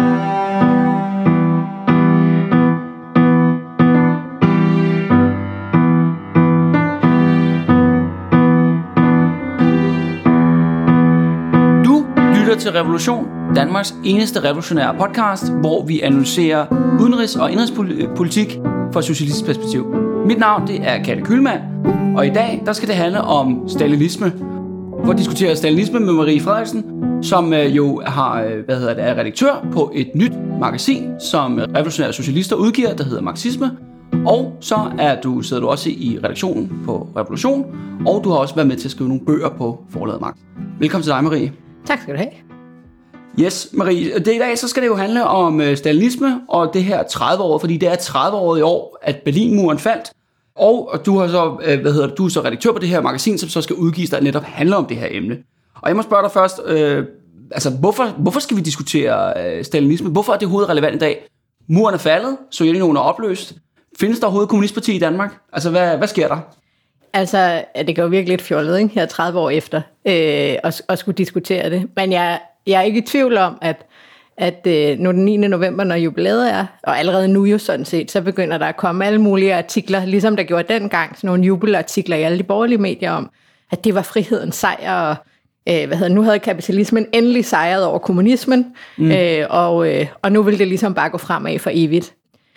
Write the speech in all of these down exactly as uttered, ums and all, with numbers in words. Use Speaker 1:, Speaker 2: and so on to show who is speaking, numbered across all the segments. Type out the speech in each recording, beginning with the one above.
Speaker 1: Til Revolution, Danmarks eneste revolutionære podcast, hvor vi analyserer udenrigs- og indrigspolitik fra socialistisk perspektiv. Mit navn det er Katte Kühlmann, og i dag der skal det handle om stalinisme. Hvor diskuterer stalinisme med Marie Frederiksen, som jo har, hvad hedder det, er redaktør på et nyt magasin, som Revolutionære Socialister udgiver, der hedder Marxisme. Og så er du, sidder du også i redaktionen på Revolution, og du har også været med til at skrive nogle bøger på forlaget Marx. Velkommen til dig, Marie.
Speaker 2: Tak skal du have.
Speaker 1: Yes, Marie. Det i dag så skal det jo handle om øh, stalinisme og det her tredive år, fordi det er tredive år i år, at Berlinmuren faldt. Og du har så, øh, hvad hedder det, du er så redaktør på det her magasin, som så skal udgives, der netop handler om det her emne. Og jeg må spørge dig først, øh, altså hvorfor, hvorfor skal vi diskutere øh, stalinisme? Hvorfor er det overhovedet relevant i dag? Muren er faldet, Sovjetunionen er opløst. Findes der overhovedet kommunistparti i Danmark? Altså hvad, hvad sker der?
Speaker 2: Altså, det går virkelig lidt fjollet, ikke? Her tredive år efter, øh, at, at skulle diskutere det. Men jeg, jeg er ikke i tvivl om, at, at øh, nu den niende november, når jubilæet er, og allerede nu jo sådan set, så begynder der at komme alle mulige artikler, ligesom der gjorde dengang, sådan nogle jubelartikler i alle de borgerlige medier om, at det var frihedens sejr, og øh, hvad hedder, nu havde kapitalismen endelig sejret over kommunismen, mm. øh, og, øh, og nu vil det ligesom bare gå fremad for evigt.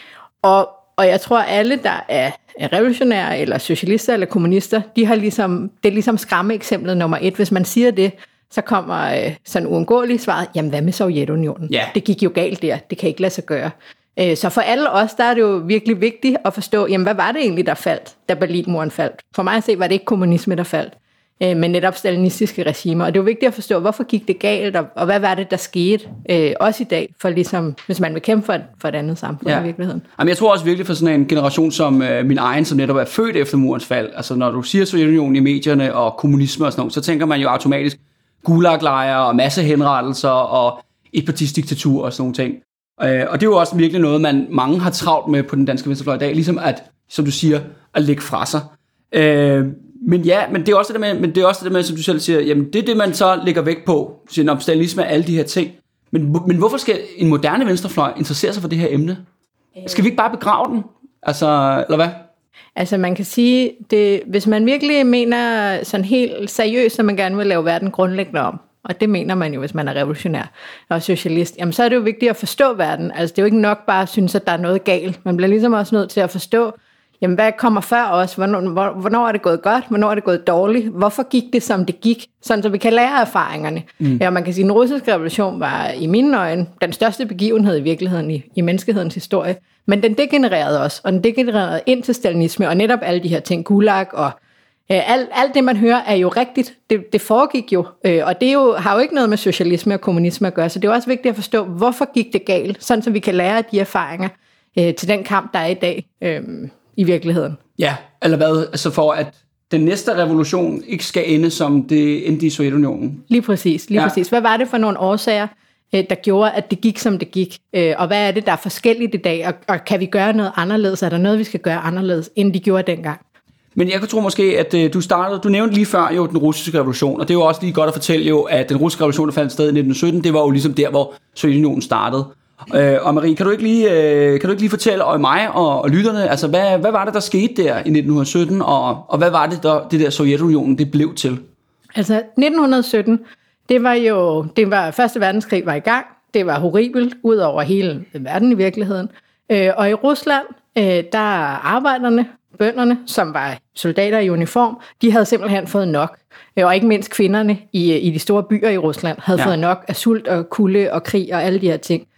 Speaker 2: Og Og jeg tror, alle, der er revolutionære, eller socialister, eller kommunister, de har ligesom, det er ligesom skræmmeeksemplet nummer et. Hvis man siger det, så kommer øh, sådan uundgåeligt svaret, jamen hvad med Sovjetunionen?
Speaker 1: Yeah.
Speaker 2: Det gik jo galt der, det kan ikke lade sig gøre. Øh, så for alle os, der er det jo virkelig vigtigt at forstå, jamen hvad var det egentlig, der faldt, da Berlinmuren faldt? For mig at se, var det ikke kommunisme, der faldt, øh, men netop stalinistiske regimer. Og det er jo vigtigt at forstå, hvorfor gik det galt, og, og hvad var det, der skete, øh, også i dag, for ligesom, hvis man vil kæmpe for et, for et andet samfund ja. I virkeligheden.
Speaker 1: Jamen, jeg tror også virkelig for sådan en generation som øh, min egen, som netop er født efter murens fald, altså når du siger Sovjetunionen i medierne og kommunisme og sådan noget, så tænker man jo automatisk gulaglejre og massehenrettelser og etpartisdiktatur og sådan nogle ting. Øh, og det er jo også virkelig noget, man mange har travlt med på den danske venstrefløj i dag, ligesom at, som du siger, at lægge fra sig. Øh, Men ja, men det er også det der med, men det er også det der med, som du selv siger, jamen det er det, man så lægger vægt på, siger, om stalinisme og alle de her ting. Men, men hvorfor skal en moderne venstrefløj interessere sig for det her emne? Skal vi ikke bare begrave den? Altså, eller hvad?
Speaker 2: Altså man kan sige, det, hvis man virkelig mener sådan helt seriøst, at man gerne vil lave verden grundlæggende om, og det mener man jo, hvis man er revolutionær og socialist, jamen så er det jo vigtigt at forstå verden. Altså det er jo ikke nok bare at synes, at der er noget galt. Man bliver ligesom også nødt til at forstå, jamen, hvad kommer før os? Hvornår, hvornår er det gået godt? Hvornår er det gået dårligt? Hvorfor gik det, som det gik? Sådan, så vi kan lære erfaringerne. Mm. Ja, man kan sige, at den russiske revolution var i mine øjne den største begivenhed i virkeligheden i, i menneskehedens historie. Men den degenererede også, og den degenererede ind til stalinisme, og netop alle de her ting, gulag og øh, alt, alt det, man hører, er jo rigtigt. Det, det foregik jo, øh, og det er jo, har jo ikke noget med socialisme og kommunisme at gøre, så det er også vigtigt at forstå, hvorfor gik det galt, sådan så vi kan lære af de erfaringer øh, til den kamp, der er i dag. Øh, i virkeligheden.
Speaker 1: Ja, eller hvad? Altså for at den næste revolution ikke skal ende som det endte i Sovjetunionen.
Speaker 2: Lige præcis, lige ja. præcis. Hvad var det for nogle årsager, der gjorde, at det gik, som det gik? Og hvad er det, der er forskelligt i dag? Og, og kan vi gøre noget anderledes? Er der noget, vi skal gøre anderledes, end de gjorde dengang? Men
Speaker 1: jeg kan tro måske, at du startede, du nævnte lige før jo den russiske revolution, og det er jo også lige godt at fortælle jo, at den russiske revolution, der fandt sted i nitten sytten, det var jo ligesom der, hvor Sovjetunionen startede. Øh, og Marie, kan du ikke lige, øh, kan du ikke lige fortælle og mig og, og lytterne, altså hvad, hvad var det, der skete der i nitten sytten, og, og hvad var det, der, det der Sovjetunionen, det blev til?
Speaker 2: Altså nitten sytten, det var jo, det var, første verdenskrig var i gang, det var horribelt ud over hele verden i virkeligheden, øh, og i Rusland, øh, der arbejderne, bønderne, som var soldater i uniform, de havde simpelthen fået nok, og ikke mindst kvinderne i, i de store byer i Rusland, havde ja. fået nok af sult og kulde og krig og alle de her ting.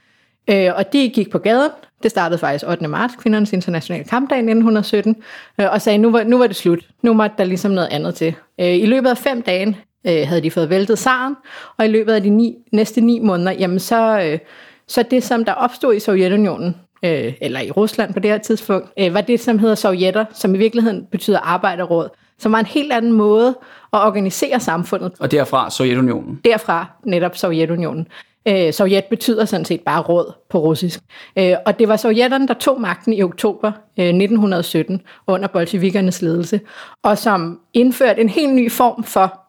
Speaker 2: Og de gik på gaden, det startede faktisk ottende marts, kvindernes internationale kampdag i nitten sytten, og sagde, nu var, nu var det slut, nu måtte der ligesom noget andet til. I løbet af fem dage havde de fået væltet zaren, og i løbet af de ni, næste ni måneder, jamen så, så det, som der opstod i Sovjetunionen, eller i Rusland på det her tidspunkt, var det, som hedder sovjetter, som i virkeligheden betyder arbejderråd, som var en helt anden måde at organisere samfundet.
Speaker 1: Og derfra Sovjetunionen?
Speaker 2: Derfra netop Sovjetunionen. Øh, Sovjet betyder sådan set bare råd på russisk. Øh, og det var sovjetterne, der tog magten i oktober øh, nitten sytten under bolsjevikernes ledelse, og som indførte en helt ny form for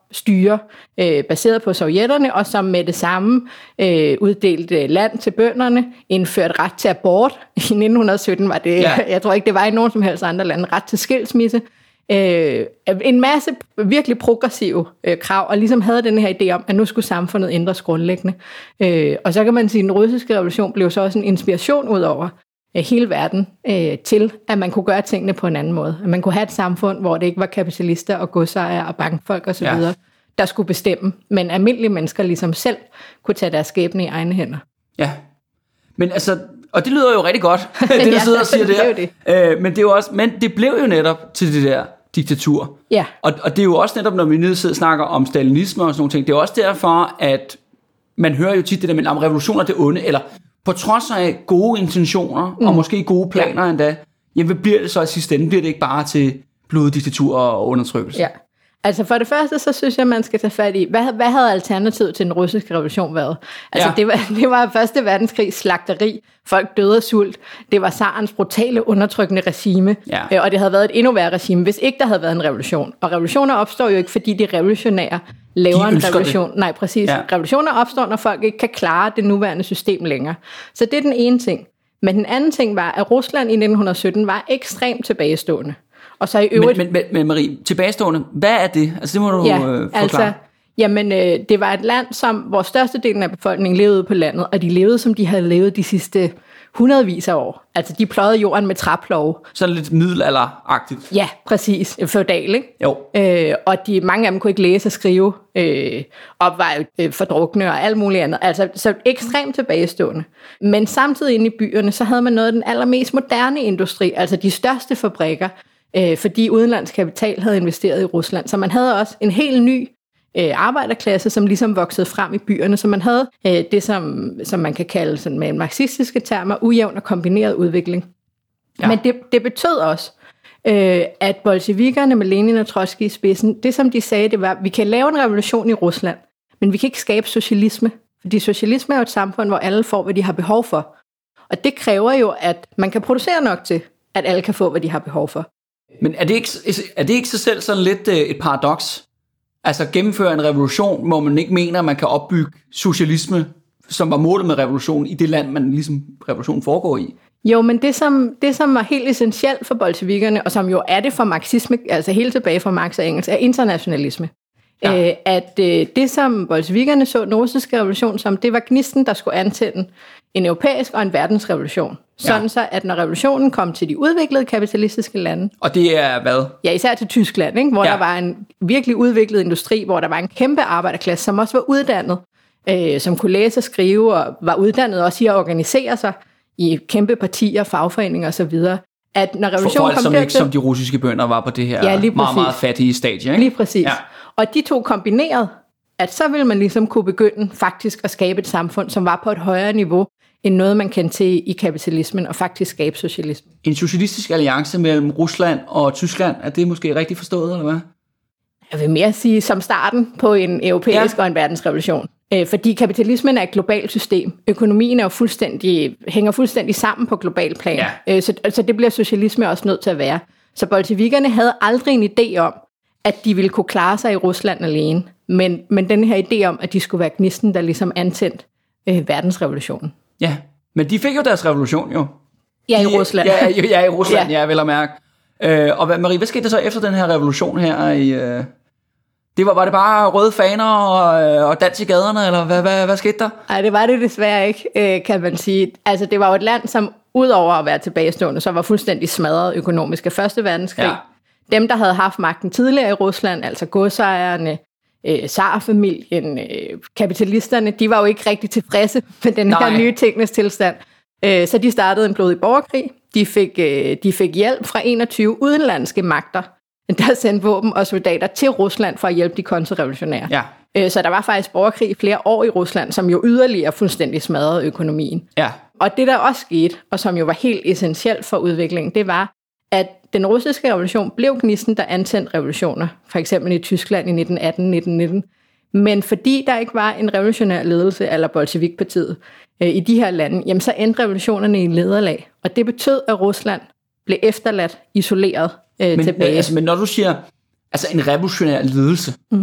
Speaker 2: styre, øh, baseret på sovjetterne, og som med det samme øh, uddelte land til bønderne, indførte ret til abort. I nitten sytten var det, ja. jeg tror ikke, det var i nogen som helst andre lande, ret til skilsmisse. Øh, en masse virkelig progressive øh, krav, og ligesom havde den her idé om, at nu skulle samfundet ændres grundlæggende. Øh, og så kan man sige, at den russiske revolution blev så også en inspiration ud over øh, hele verden øh, til, at man kunne gøre tingene på en anden måde. At man kunne have et samfund, hvor det ikke var kapitalister og godsejere og bankfolk osv., ja. der skulle bestemme, men almindelige mennesker ligesom selv kunne tage deres skæbne i egne hænder.
Speaker 1: Ja, men altså, og det lyder jo rigtig godt, det der ja, sidder og siger det, det. Øh, men det er jo også, men det blev jo netop til det der diktatur. Ja. Og, og det er jo også netop, når vi nede sidder og snakker om stalinisme og sådan nogle ting, det er også derfor, at man hører jo tit det der med, om revolutioner det onde, eller på trods af gode intentioner, mm. og måske gode planer ja. endda, jamen hvad bliver det så i sidste ende? Bliver det ikke bare til bloddiktatur og undertrykkelse?
Speaker 2: Ja. Altså for det første, så synes jeg, man skal tage fat i, hvad, hvad havde alternativet til den russiske revolution været? Altså ja. det, var, det var første verdenskrig slagteri, folk døde af sult, det var zarens brutale undertrykkende regime, ja. øh, og det havde været et endnu værre regime, hvis ikke der havde været en revolution. Og revolutioner opstår jo ikke, fordi de revolutionære laver de en revolution. Det. Nej, præcis. Ja. Revolutioner opstår, når folk ikke kan klare det nuværende system længere. Så det er den ene ting. Men den anden ting var, at Rusland i nitten sytten var ekstremt tilbagestående. Og så i øvrigt...
Speaker 1: Men, men, men Marie, tilbagestående, hvad er det? Altså det må du ja, øh, forklare. Altså,
Speaker 2: jamen, øh, det var et land, som, hvor størstedelen af befolkningen levede på landet, og de levede, som de havde levet de sidste hundredvis af år. Altså, de pløjede jorden med træplove.
Speaker 1: Sådan lidt middelalderagtigt.
Speaker 2: Ja, præcis. Feudal, ikke?
Speaker 1: Jo.
Speaker 2: Øh, og de, mange af dem kunne ikke læse og skrive, øh, og var øh, fordrukne og alt muligt andet. Altså, så ekstremt tilbagestående. Men samtidig inde i byerne, så havde man noget af den allermest moderne industri, altså de største fabrikker, øh, fordi udenlandsk kapital havde investeret i Rusland. Så man havde også en helt ny øh, arbejderklasse, som ligesom voksede frem i byerne. Så man havde øh, det, som, som man kan kalde sådan med en marxistiske termer, ujævn og kombineret udvikling. Ja. Men det, det betød også, øh, at bolsjevikerne med Lenin og Trotsky i spidsen, det som de sagde, det var, at vi kan lave en revolution i Rusland, men vi kan ikke skabe socialisme. Fordi socialisme er jo et samfund, hvor alle får, hvad de har behov for. Og det kræver jo, at man kan producere nok til, at alle kan få, hvad de har behov for.
Speaker 1: Men er det ikke, er det ikke sig selv sådan lidt et paradoks? Altså gennemføre en revolution, hvor man ikke mener, at man kan opbygge socialisme, som var målet med revolutionen, i det land, man ligesom revolutionen foregår i?
Speaker 2: Jo, men det som, det, som var helt essentielt for bolsjevikerne, og som jo er det for marxisme, altså helt tilbage fra Marx og Engels, er internationalisme. Ja. Æ, at øh, det, som bolsjevikerne så den russiske revolution som, det var gnisten, der skulle antænde en europæisk og en verdensrevolution. Sådan ja. Så, at når revolutionen kom til de udviklede kapitalistiske lande...
Speaker 1: Og det er hvad?
Speaker 2: Ja, især til Tyskland, ikke? Hvor ja. Der var en virkelig udviklet industri, hvor der var en kæmpe arbejderklasse, som også var uddannet, øh, som kunne læse og skrive, og var uddannet også i at organisere sig i kæmpe partier, fagforeninger osv. At når revolutionen
Speaker 1: For folk,
Speaker 2: kom
Speaker 1: som
Speaker 2: dertil,
Speaker 1: ikke som de russiske bønder var på det her
Speaker 2: ja,
Speaker 1: meget, meget fattige stadie, ikke?
Speaker 2: Lige præcis. Ja. Og de to kombineret, at så ville man ligesom kunne begynde faktisk at skabe et samfund, som var på et højere niveau, end noget, man kendte til i kapitalismen, og faktisk skabe socialisme.
Speaker 1: En socialistisk alliance mellem Rusland og Tyskland, er det måske rigtigt forstået, eller hvad?
Speaker 2: Jeg vil mere sige som starten på en europæisk ja. og en verdensrevolution. Fordi kapitalismen er et globalt system. Økonomien er jo fuldstændig, hænger fuldstændig sammen på global plan. Ja. Så, så det bliver socialisme også nødt til at være. Så bolsjevikerne havde aldrig en idé om, at de ville kunne klare sig i Rusland alene. Men, men den her idé om, at de skulle være gnisten, der ligesom antændt øh, verdensrevolutionen.
Speaker 1: Ja, men de fik jo deres revolution jo.
Speaker 2: Ja, i
Speaker 1: de,
Speaker 2: Rusland.
Speaker 1: Ja, ja, i Rusland, ja,
Speaker 2: ja
Speaker 1: vel at mærke. Øh, og hvad, Marie, hvad skete der så efter den her revolution her? I, øh, det var, var det bare røde faner og, og dans i gaderne, eller hvad, hvad, hvad skete der?
Speaker 2: Nej, det var det desværre ikke, øh, kan man sige. Altså, det var jo et land, som udover at være tilbagestående, så var fuldstændig smadret økonomisk af første verdenskrig. Ja. Dem, der havde haft magten tidligere i Rusland, altså godsejerne, øh, zarfamilien, øh, kapitalisterne, de var jo ikke rigtig tilfredse med den Nej. her nye teknisk tilstand. Øh, så de startede en blodig borgerkrig. De fik, øh, de fik hjælp fra enogtyve udenlandske magter, der sendte våben og soldater til Rusland for at hjælpe de kontrarevolutionære. Ja. Øh, så der var faktisk borgerkrig i flere år i Rusland, som jo yderligere fuldstændig smadrede økonomien. Ja. Og det, der også skete, og som jo var helt essentielt for udviklingen, det var, at den russiske revolution blev gnisten, der antændte revolutioner, for eksempel i Tyskland i nitten atten nitten nitten. Men fordi der ikke var en revolutionær ledelse, eller bolsjevikpartiet, øh, i de her lande, jamen så endte revolutionerne i lederlag. Og det betød, at Rusland blev efterladt, isoleret øh,
Speaker 1: men,
Speaker 2: tilbage.
Speaker 1: Altså, men når du siger altså en revolutionær ledelse, mm.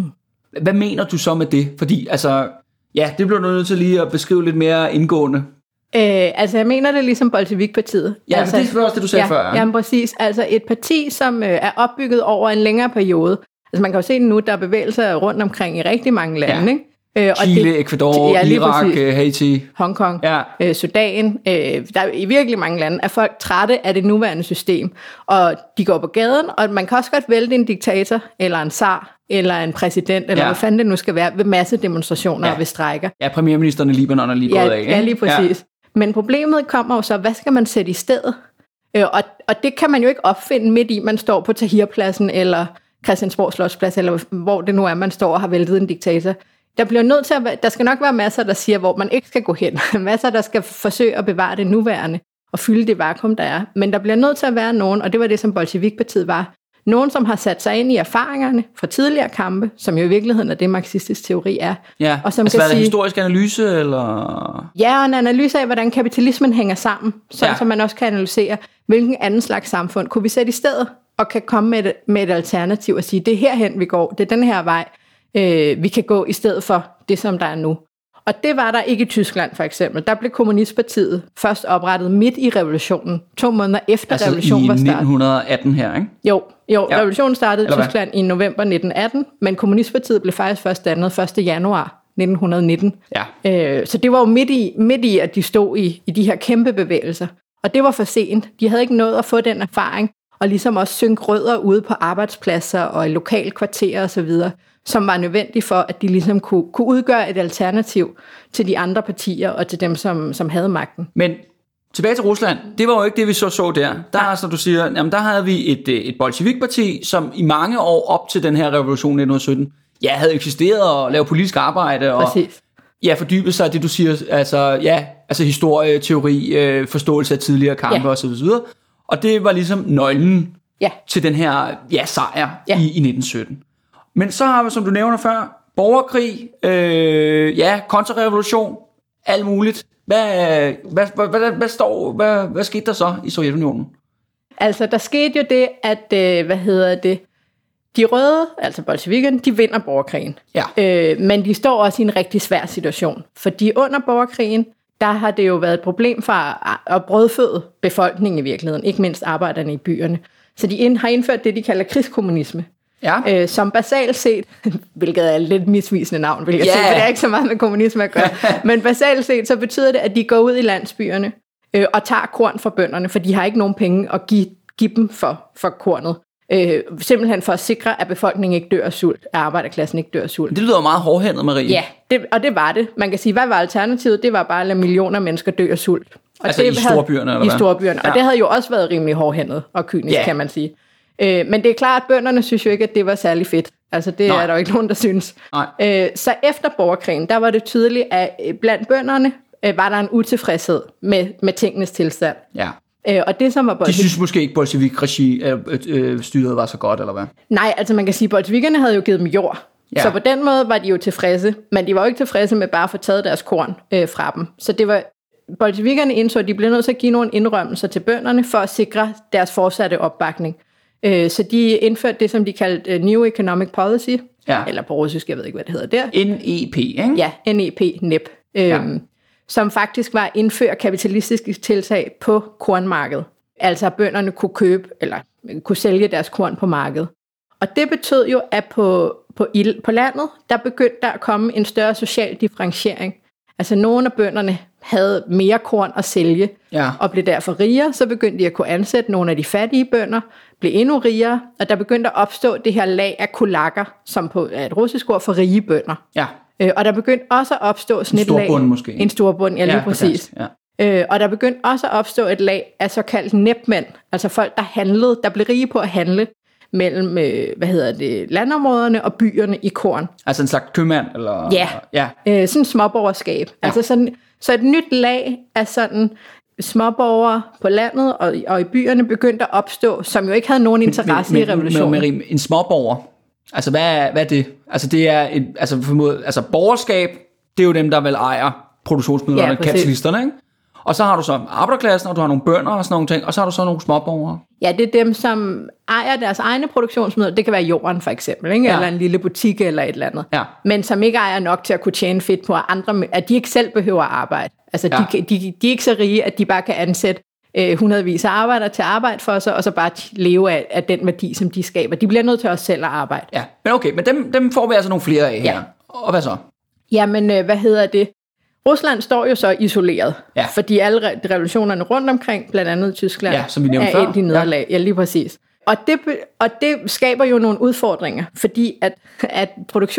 Speaker 1: Hvad mener du så med det? Fordi, altså, ja, det bliver du nødt til lige at beskrive lidt mere indgående.
Speaker 2: Øh, altså, jeg mener det ligesom Bolsjevik-partiet.
Speaker 1: Ja,
Speaker 2: altså,
Speaker 1: det er også det, du sagde
Speaker 2: ja,
Speaker 1: før. Ja,
Speaker 2: jamen, præcis. Altså, et parti, som øh, er opbygget over en længere periode. Altså, man kan jo se nu, der er bevægelser rundt omkring i rigtig mange lande,
Speaker 1: ja.
Speaker 2: ikke? Øh, og
Speaker 1: Chile,
Speaker 2: det,
Speaker 1: Ecuador,
Speaker 2: ja,
Speaker 1: Irak,
Speaker 2: præcis.
Speaker 1: Haiti.
Speaker 2: Hongkong,
Speaker 1: ja.
Speaker 2: øh, Sudan. Øh, der er i virkelig mange lande, er folk trætte af det nuværende system. Og de går på gaden, og man kan også godt vælte en diktator, eller en zar, eller en præsident, eller ja. hvad fanden det nu skal være, ved massedemonstrationer ja. og ved strejker.
Speaker 1: Ja, premierministeren i Libanon er lige gået
Speaker 2: ja,
Speaker 1: af. Ikke?
Speaker 2: Ja, lige præcis. Ja. Men problemet kommer jo så, hvad skal man sætte i stedet? Øh, og, og det kan man jo ikke opfinde midt i, man står på Tahrirpladsen, eller Christiansborg Slotsplads, eller hvor det nu er, man står og har væltet en diktator. Der bliver nødt til at, der skal nok være masser, der siger, hvor man ikke skal gå hen. Masser, der skal forsøge at bevare det nuværende og fylde det vakuum, der er. Men der bliver nødt til at være nogen, og det var det, som Bolsjevik-partiet var. Nogen, som har sat sig ind i erfaringerne fra tidligere kampe, som jo i virkeligheden er det, marxistisk teori er.
Speaker 1: Ja,
Speaker 2: og som
Speaker 1: altså
Speaker 2: kan
Speaker 1: hvad er det,
Speaker 2: sige,
Speaker 1: historisk analyse, eller?
Speaker 2: Ja, og en analyse af, hvordan kapitalismen hænger sammen, så
Speaker 1: ja.
Speaker 2: man også kan analysere, hvilken anden slags samfund kunne vi sætte i stedet, og kan komme med et, med et alternativ og sige, det er herhen, vi går, det er den her vej, øh, vi kan gå i stedet for det, som der er nu. Og det var der ikke i Tyskland, for eksempel. Der blev Kommunistpartiet først oprettet midt i revolutionen, to måneder efter altså revolutionen var startet.
Speaker 1: Altså i nitten atten her, ikke?
Speaker 2: Jo, jo ja. Revolutionen startede i Tyskland i november nitten atten, men Kommunistpartiet blev faktisk først dannet første januar nitten nitten.
Speaker 1: Ja.
Speaker 2: Øh, så det var jo midt i, midt i, at de stod i, i de her kæmpe bevægelser. Og det var for sent. De havde ikke nået at få den erfaring, og ligesom også synke rødder ude på arbejdspladser og i lokale kvarterer osv., som var nødvendigt for, at de ligesom kunne, kunne udgøre et alternativ til de andre partier og til dem, som, som havde magten.
Speaker 1: Men tilbage til Rusland, det var jo ikke det, vi så så der. Der, som du siger, jamen, der havde vi et, et bolsjevik-parti, som i mange år op til den her revolution nitten sytten, ja, havde eksisteret og lavet politisk arbejde og
Speaker 2: Præcis.
Speaker 1: ja, fordybet sig det, du siger, altså, ja, altså historie, teori, øh, forståelse af tidligere kampe ja. osv. Og det var ligesom nøglen
Speaker 2: ja.
Speaker 1: til den her ja, sejr ja. i, i nitten sytten. Men så har vi, som du nævner før, borgerkrig, øh, ja, kontrarevolution, alt muligt. Hvad, hvad, hvad, hvad, hvad, står, hvad, hvad skete der så i Sovjetunionen?
Speaker 2: Altså, der skete jo det, at, øh, hvad hedder det, de røde, altså bolsjevikerne, de vinder borgerkrigen.
Speaker 1: Ja.
Speaker 2: Øh, men de står også i en rigtig svær situation. Fordi under borgerkrigen, der har det jo været et problem for at, at brødføde befolkningen i virkeligheden, ikke mindst arbejderne i byerne. Så de ind, har indført det, de kalder krigskommunisme. Ja. Øh, som basalt set, hvilket er et lidt misvisende navn, vil jeg yeah. sige, for det er ikke så meget med kommunisme at gøre, men basalt set, så betyder det, at de går ud i landsbyerne øh, og tager korn fra bønderne, for de har ikke nogen penge at give, give dem for, for kornet. Øh, simpelthen for at sikre, at befolkningen ikke dør af sult, at arbejderklassen ikke dør af sult.
Speaker 1: Det lyder meget hårdhændet, Marie.
Speaker 2: Ja, det, og det var det. Man kan sige, hvad var alternativet? Det var bare at lade millioner af mennesker dø af sult. Og
Speaker 1: altså
Speaker 2: det
Speaker 1: i storbyerne, eller
Speaker 2: I
Speaker 1: hvad?
Speaker 2: storbyerne, ja. Og det havde jo også været rimelig hårdhændet og kynisk, yeah. kan man sige. Øh, men det er klart, at bønderne synes jo ikke, at det var særlig fedt. Altså det Nej. er der jo ikke nogen, der synes. Øh, så efter borgerkrigen, der var det tydeligt, at blandt bønderne øh, var der en utilfredshed med, med tingenes tilstand.
Speaker 1: Ja.
Speaker 2: Øh, og det, som var
Speaker 1: De synes måske ikke, bolsjevik-styret var så godt, eller hvad?
Speaker 2: Nej, altså man kan sige, at bolsjevikkerne havde jo givet dem jord. Ja. Så på den måde var de jo tilfredse, men de var jo ikke tilfredse med bare at få taget deres korn øh, fra dem. Så det var, bolsjevikkerne indså, at de blev nødt til at give nogle indrømmelser til bønderne for at sikre deres fortsatte opbakning. Øh, så de indførte det, som de kaldte uh, New Economic Policy, ja. eller på russisk, jeg ved ikke, hvad det hedder der.
Speaker 1: N E P, ikke?
Speaker 2: Ja, N E P, N E P. Øh, ja. Som faktisk var at indføre kapitalistiske tiltag på kornmarkedet. Altså at bønderne kunne købe, eller kunne sælge deres korn på markedet. Og det betød jo, at på, på, på landet, der begyndte der at komme en større social differentiering. Altså nogle af bønderne havde mere korn at sælge, ja. og blev derfor rigere. Så begyndte de at kunne ansætte nogle af de fattige bønder, blev endnu rigere, og der begyndte at opstå det her lag af kulakker, som på er et russisk ord for rige bønder.
Speaker 1: Ja.
Speaker 2: Øh, og der begyndte også at opstå sådan et lag.
Speaker 1: En storbund måske.
Speaker 2: En storbund, ja, lige ja, præcis. Ja. Øh, og der begyndte også at opstå et lag af såkaldt næpmænd, altså folk, der handlede, der blev rige på at handle mellem, øh, hvad hedder det, landområderne og byerne i korn.
Speaker 1: Altså en slags købmand? Eller?
Speaker 2: Ja, ja. Øh, sådan småborgerskab. Ja. Altså sådan, så et nyt lag af sådan småborgere på landet og, og i byerne begyndte at opstå, som jo ikke havde nogen interesse men, men, i revolutionen. Men, men,
Speaker 1: en småborger, altså hvad, hvad er det? Altså det er et, altså, formod, altså borgerskab, det er jo dem, der vel ejer produktionsmidlerne, ja, kapitalisterne, ikke? Og så har du så arbejderklassen, og du har nogle bønder og sådan nogle ting, og så har du så nogle småborgere.
Speaker 2: Ja, det er dem, som ejer deres egne produktionsmidler. Det kan være jorden for eksempel, ikke?
Speaker 1: Ja.
Speaker 2: Eller en lille butik eller et eller andet.
Speaker 1: Ja.
Speaker 2: Men som ikke ejer nok til at kunne tjene fedt på, at, andre, at de ikke selv behøver at arbejde. Altså,
Speaker 1: Ja.
Speaker 2: de, de, de er ikke så rige, at de bare kan ansætte øh, hundredvis af arbejdere til at arbejde for sig, og så bare leve af, af den værdi, som de skaber. De bliver nødt til også selv at arbejde.
Speaker 1: Ja, men okay, men dem, dem får vi altså nogle flere af her.
Speaker 2: Ja.
Speaker 1: Og hvad så?
Speaker 2: Jamen, øh, hvad hedder det? Rusland står jo så isoleret,
Speaker 1: Ja.
Speaker 2: fordi alle re- revolutionerne rundt omkring, blandt andet i Tyskland,
Speaker 1: Ja, som vi nævnte
Speaker 2: er
Speaker 1: før.
Speaker 2: endt i nederlag. Ja. ja, lige præcis. Og det, be- og det skaber jo nogle udfordringer, fordi at, at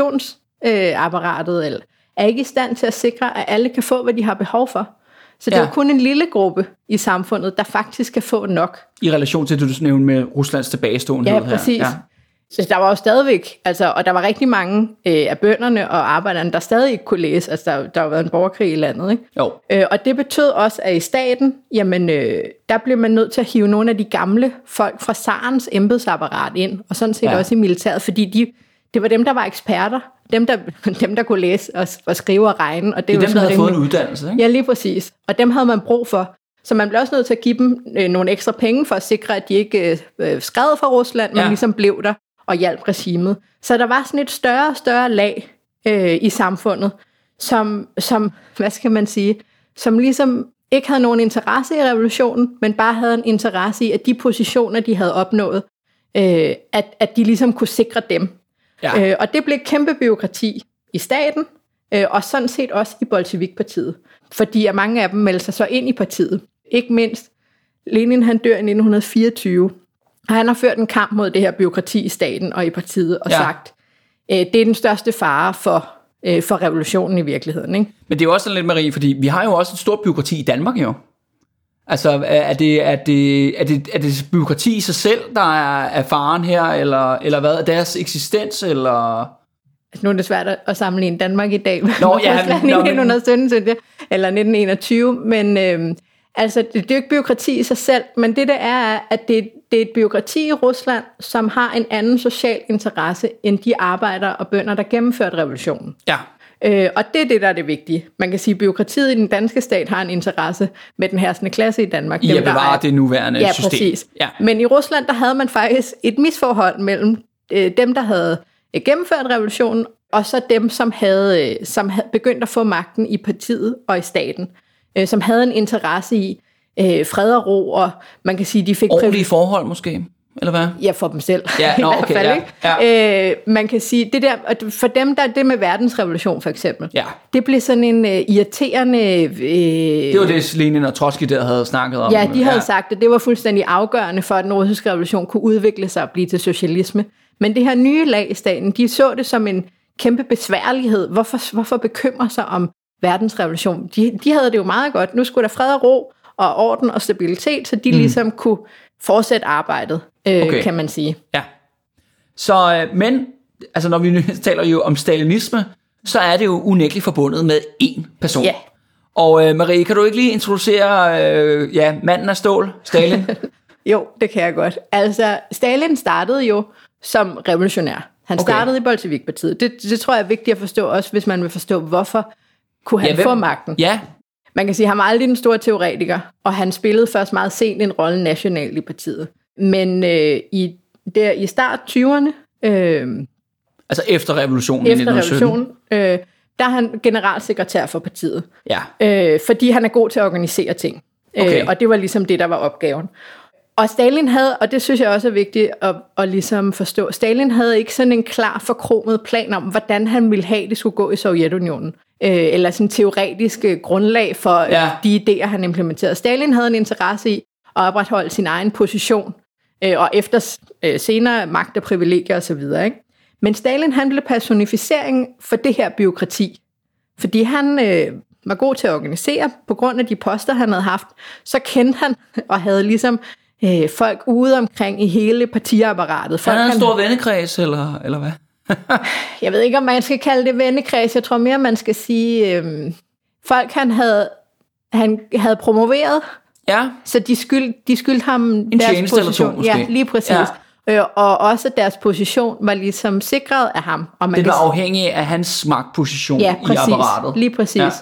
Speaker 2: produktionsapparatet øh, er ikke i stand til at sikre, at alle kan få, hvad de har behov for. Så det
Speaker 1: Ja.
Speaker 2: er jo kun en lille gruppe i samfundet, der faktisk kan få nok.
Speaker 1: I relation til det, du nævnte med Ruslands tilbageståenhed
Speaker 2: Ja,
Speaker 1: her.
Speaker 2: præcis. Ja. Så der var jo stadigvæk, altså, og der var rigtig mange øh, af bønderne og arbejderne, der stadig ikke kunne læse. Altså, der, der har jo været en borgerkrig i landet, ikke?
Speaker 1: Jo.
Speaker 2: Øh, og det betød også, at i staten, jamen, øh, der blev man nødt til at hive nogle af de gamle folk fra zarens embedsapparat ind, og sådan set
Speaker 1: Ja.
Speaker 2: ja. også i militæret, fordi de, det var dem, der var eksperter, dem der, dem, der kunne læse og, og skrive og regne. Og det,
Speaker 1: Det er
Speaker 2: var
Speaker 1: dem, der
Speaker 2: sådan
Speaker 1: havde fået en
Speaker 2: rimelig-
Speaker 1: uddannelse, ikke?
Speaker 2: Ja, lige præcis. Og dem havde man brug for. Så man blev også nødt til at give dem øh, nogle ekstra penge for at sikre, at de ikke øh, skred fra Rusland, men
Speaker 1: Ja.
Speaker 2: ligesom blev der og hjalp regimet. Så der var sådan et større og større lag øh, i samfundet, som, som, hvad skal man sige, som ligesom ikke havde nogen interesse i revolutionen, men bare havde en interesse i, at de positioner, de havde opnået, øh, at, at de ligesom kunne sikre dem.
Speaker 1: Ja.
Speaker 2: Øh, og det blev et kæmpe byråkrati i staten, øh, og sådan set også i Bolsjevik-partiet. Fordi at mange af dem meldte sig så ind i partiet. Ikke mindst Lenin, han dør i nitten fireogtyve, og han har ført en kamp mod det her byråkrati i staten og i partiet, og
Speaker 1: Ja.
Speaker 2: ja. sagt, øh, det er den største fare for, øh, for revolutionen i virkeligheden. Ikke?
Speaker 1: Men det er jo også sådan lidt, Marie, fordi vi har jo også et stort byråkrati i Danmark jo. Altså, er det, er det, er det, er det byråkrati i sig selv, der er, er faren her, eller, eller hvad? Er deres eksistens, eller...
Speaker 2: Altså, nu er det svært at- at sammenligne Danmark i dag med
Speaker 1: Nå, ja,
Speaker 2: Rusland
Speaker 1: men-
Speaker 2: i
Speaker 1: nå, men-
Speaker 2: nitten sytten, synes jeg, eller nitten enogtyve, men øh, altså, det, det er jo ikke byråkrati i sig selv, men det der er, at det, det er et byråkrati i Rusland, som har en anden social interesse end de arbejdere og bønder, der gennemførte revolutionen.
Speaker 1: Ja,
Speaker 2: Øh, og det er det, der er det vigtige. Man kan sige, at byråkratiet i den danske stat har en interesse med den herskende klasse i Danmark.
Speaker 1: i
Speaker 2: Dem,
Speaker 1: at
Speaker 2: der
Speaker 1: bevare
Speaker 2: er-
Speaker 1: det nuværende
Speaker 2: Ja,
Speaker 1: system.
Speaker 2: præcis.
Speaker 1: Ja.
Speaker 2: Men i Rusland, der havde man faktisk et misforhold mellem øh, dem, der havde øh, gennemført revolutionen, og så dem, som havde, øh, som havde begyndt at få magten i partiet og i staten, øh, som havde en interesse i øh, fred og ro, og man kan sige, de fik
Speaker 1: Ordentlige forhold måske, eller hvad?
Speaker 2: Ja, for dem selv.
Speaker 1: Ja,
Speaker 2: i
Speaker 1: nå,
Speaker 2: hvert
Speaker 1: okay,
Speaker 2: fald,
Speaker 1: ja,
Speaker 2: ikke?
Speaker 1: ja.
Speaker 2: Øh, man kan sige, det der, at for dem, der det med verdensrevolution for eksempel,
Speaker 1: Ja.
Speaker 2: det blev sådan en uh, irriterende... Øh,
Speaker 1: Det var det, Lenin og Trotsky der havde snakket om.
Speaker 2: Ja, de havde sagt, at det var fuldstændig afgørende for, at den russiske revolution kunne udvikle sig og blive til socialisme. Men det her nye lag i staten, de så det som en kæmpe besværlighed. Hvorfor, hvorfor bekymre sig om verdensrevolution? De, de havde det jo meget godt. Nu skulle der fred og ro og orden og stabilitet, så de mm. ligesom kunne fortsætte arbejdet, øh,
Speaker 1: Okay.
Speaker 2: kan man sige.
Speaker 1: Ja. Så, øh, men, altså når vi nu taler jo om stalinisme, så er det jo unægteligt forbundet med én person.
Speaker 2: Ja.
Speaker 1: Og øh, Marie, kan du ikke lige introducere øh, ja, manden af stål, Stalin?
Speaker 2: Jo, det kan jeg godt. Altså, Stalin startede jo som revolutionær. Han
Speaker 1: Okay.
Speaker 2: startede i Bolsjevik-partiet. Det, det tror jeg er vigtigt at forstå også, hvis man vil forstå, hvorfor kunne han
Speaker 1: Ja, hvem-
Speaker 2: få magten.
Speaker 1: Ja,
Speaker 2: Man kan sige, at han var aldrig den store teoretiker, og han spillede først meget sent en rolle nationalt i partiet. Men øh, i, der, i start tyverne, øh,
Speaker 1: altså efter revolutionen i
Speaker 2: efter
Speaker 1: nitten sytten.
Speaker 2: revolutionen, øh, der er han generalsekretær for partiet.
Speaker 1: Ja,
Speaker 2: Øh, fordi han er god til at organisere ting.
Speaker 1: Okay.
Speaker 2: Øh, og det var ligesom det, der var opgaven. Og Stalin havde, og det synes jeg også er vigtigt at, at ligesom forstå, Stalin havde ikke sådan en klar forkromet plan om, hvordan han ville have, det skulle gå i Sovjetunionen. Øh, eller sådan teoretisk øh, grundlag for
Speaker 1: Ja.
Speaker 2: ja. de idéer, han implementerede. Stalin havde en interesse i at opretholde sin egen position, øh, og efter øh, senere magt og privilegier osv. Ikke? Men Stalin, han blev personificering for det her byråkrati. Fordi han øh, var god til at organisere, på grund af de poster, han havde haft, så kendte han og havde ligesom øh, folk ude omkring i hele partiapparatet. Folk,
Speaker 1: han havde en stor vennekreds, eller, eller hvad?
Speaker 2: Jeg ved ikke, om man skal kalde det vennekreds. Jeg tror mere, man skal sige, øh, folk han havde, han havde promoveret,
Speaker 1: Ja,
Speaker 2: så de skyld, de skyldte ham
Speaker 1: en
Speaker 2: deres
Speaker 1: tjeneste eller to
Speaker 2: position.
Speaker 1: måske.
Speaker 2: Ja, lige præcis. Ja. Øh, og også deres position var ligesom sikret af ham. Og man
Speaker 1: det
Speaker 2: kan
Speaker 1: var
Speaker 2: sige-
Speaker 1: afhængig af hans magtposition
Speaker 2: Ja,
Speaker 1: i
Speaker 2: præcis.
Speaker 1: apparatet.
Speaker 2: Lige præcis.
Speaker 1: Ja.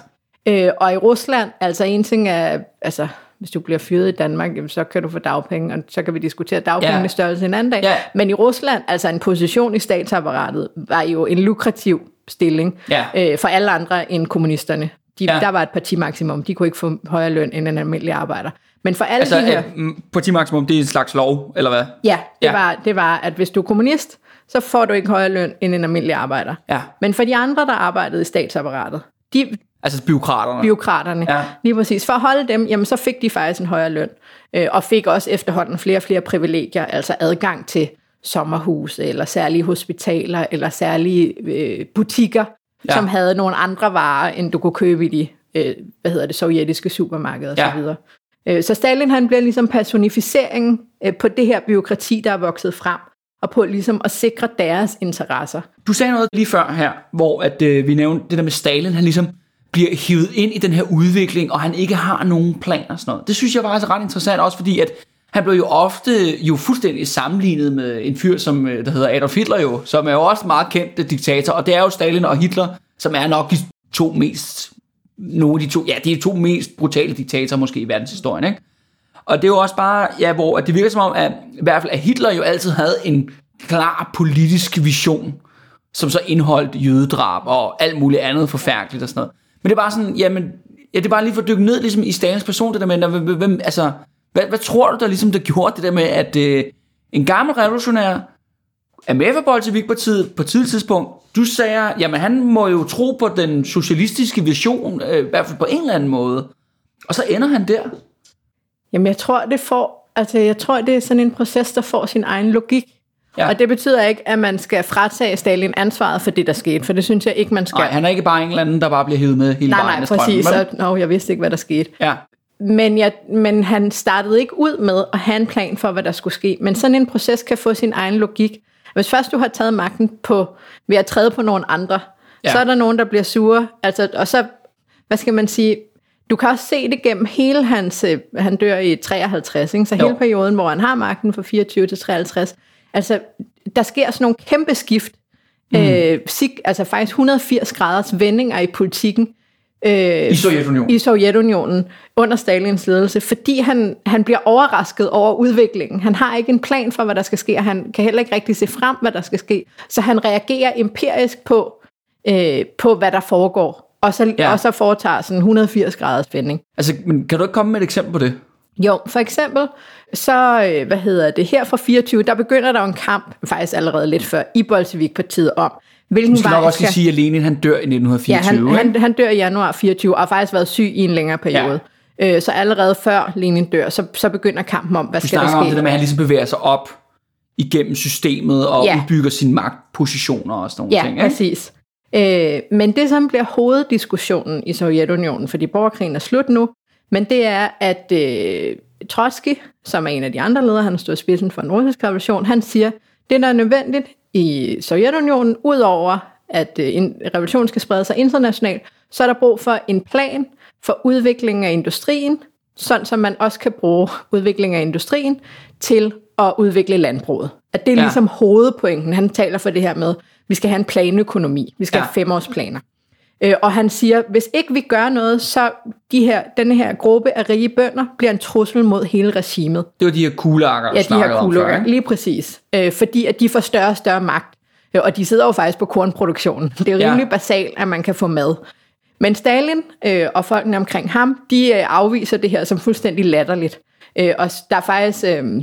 Speaker 2: Øh, og i Rusland, altså en ting er, altså hvis du bliver fyret i Danmark, så kan du få dagpenge, og så kan vi diskutere dagpengenes ja. størrelse en anden dag. Ja. Men i Rusland, altså en position i statsapparatet, var jo en lukrativ stilling ja. øh, for alle andre end kommunisterne. De, ja. Der var et partimaksimum, de kunne ikke få højere løn end en almindelig arbejder. Men for alle
Speaker 1: altså,
Speaker 2: de her...
Speaker 1: partimaksimum, det er en slags lov, eller hvad?
Speaker 2: Ja, det, ja. Var, det var, at hvis du er kommunist, så får du ikke højere løn end en almindelig arbejder. Ja. Men for de andre, der arbejdede i statsapparatet, de...
Speaker 1: Altså byråkraterne.
Speaker 2: Byråkraterne, ja. Lige præcis. For at holde dem, jamen så fik de faktisk en højere løn, øh, og fik også efterhånden flere og flere privilegier, altså adgang til sommerhuse, eller særlige hospitaler, eller særlige øh, butikker, ja. Som havde nogle andre varer, end du kunne købe i de, øh, hvad hedder det, sovjetiske supermarkeder og ja. Så videre. Øh, så Stalin, han bliver ligesom personificeringen øh, på det her byråkrati, der er vokset frem, og på ligesom at sikre deres interesser.
Speaker 1: Du sagde noget lige før her, hvor at, øh, vi nævnte det der med Stalin, han ligesom bliver hivet ind i den her udvikling, og han ikke har nogen planer og sådan noget. Det synes jeg var altså ret interessant, også fordi at han blev jo ofte jo fuldstændig sammenlignet med en fyr, som der hedder Adolf Hitler jo, som er jo også meget kendt diktator, og det er jo Stalin og Hitler, som er nok de to mest, nogle af de to, ja, de to mest brutale diktatorer måske i verdenshistorien, ikke? Og det er jo også bare, ja, hvor at det virker som om, at i hvert fald at Hitler jo altid havde en klar politisk vision, som så indeholdt jødedrab og alt muligt andet forfærdeligt og sådan noget. Men det er bare sådan, jamen, ja, det er bare lige for at dykke ned ligesom i Stalins person, det der med, hvem, hvem, altså, hvad, hvad tror du, der ligesom der gjorde det der med, at øh, en gammel revolutionær er med for Bolsjevikpartiet på et tidligt tidspunkt. Du sagde, jamen han må jo tro på den socialistiske vision, øh, i hvert fald på en eller anden måde. Og så ender han der.
Speaker 2: Jamen jeg tror, det får, altså jeg tror, det er sådan en proces, der får sin egen logik. Ja. Og det betyder ikke, at man skal fratage Stalin ansvaret for det, der skete, for det synes jeg ikke, man skal.
Speaker 1: Nej, han er ikke bare en eller anden, der bare bliver hivet med hele
Speaker 2: nej,
Speaker 1: vejen
Speaker 2: af strømmen. Nej, præcis. Så, nå, jeg vidste ikke, hvad der skete. Ja. Men, jeg, men han startede ikke ud med at have en plan for, hvad der skulle ske. Men sådan en proces kan få sin egen logik. Hvis først du har taget magten på, ved at træde på nogle andre, ja. Så er der nogen, der bliver sure. Altså, og så, hvad skal man sige, du kan også se det gennem hele hans, han dør i treoghalvtreds, ikke? Så jo. Hele perioden, hvor han har magten fra fireogtyve til treoghalvtreds, altså, der sker sådan nogle kæmpe skift, mm. øh, altså faktisk et hundrede og firs graders vendinger i politikken,
Speaker 1: øh, I Sovjetunionen.
Speaker 2: i Sovjetunionen under Stalins ledelse, fordi han, han bliver overrasket over udviklingen. Han har ikke en plan for, hvad der skal ske, og han kan heller ikke rigtig se frem, hvad der skal ske. Så han reagerer empirisk på, øh, på hvad der foregår, og så, ja. og så foretager sådan en hundrede og firs graders vending.
Speaker 1: Altså, men kan du ikke komme med et eksempel på det?
Speaker 2: Jo, for eksempel, så, hvad hedder det, her fra fireogtyve, der begynder der en kamp, faktisk allerede lidt før, i Bolsjevikpartiet om, hvilken vej skal... Du skal nok
Speaker 1: også lige sige, at Lenin, han dør i nitten fireogtyve,
Speaker 2: ja, han, han, han dør i januar fireogtyve, og har faktisk været syg i en længere periode. Ja. Øh, så allerede før Lenin dør, så, så begynder kampen om, hvad
Speaker 1: du
Speaker 2: skal der ske. Du
Speaker 1: snakker om det der med, at han ligesom bevæger sig op igennem systemet, og ja. udbygger sine magtpositioner og sådan nogle
Speaker 2: ja,
Speaker 1: ting.
Speaker 2: Ja, præcis. Øh, men det, som bliver hoveddiskussionen i Sovjetunionen, fordi borgerkrigen er slut nu, men det er, at øh, Trotsky, som er en af de andre ledere, han har stået i spidsen for en russisk revolution, han siger, det der er nødvendigt i Sovjetunionen, udover at øh, en revolution skal sprede sig internationalt, så er der brug for en plan for udvikling af industrien, sådan som man også kan bruge udvikling af industrien til at udvikle landbruget. At det er ja. ligesom hovedpointen. Han taler for det her med, vi skal have en planøkonomi, vi skal ja. have femårsplaner. Øh, og han siger, hvis ikke vi gør noget, så de her, denne her gruppe af rige bønder bliver en trussel mod hele regimet.
Speaker 1: Det var de her kulakker,
Speaker 2: ja, de her kulakker, lige præcis. Øh, fordi at de får større og større magt, øh, og de sidder jo faktisk på kornproduktionen. Det er jo rimelig ja. basalt, at man kan få mad. Men Stalin øh, og folkene omkring ham, de øh, afviser det her som fuldstændig latterligt. Øh, og der er faktisk øh, øh,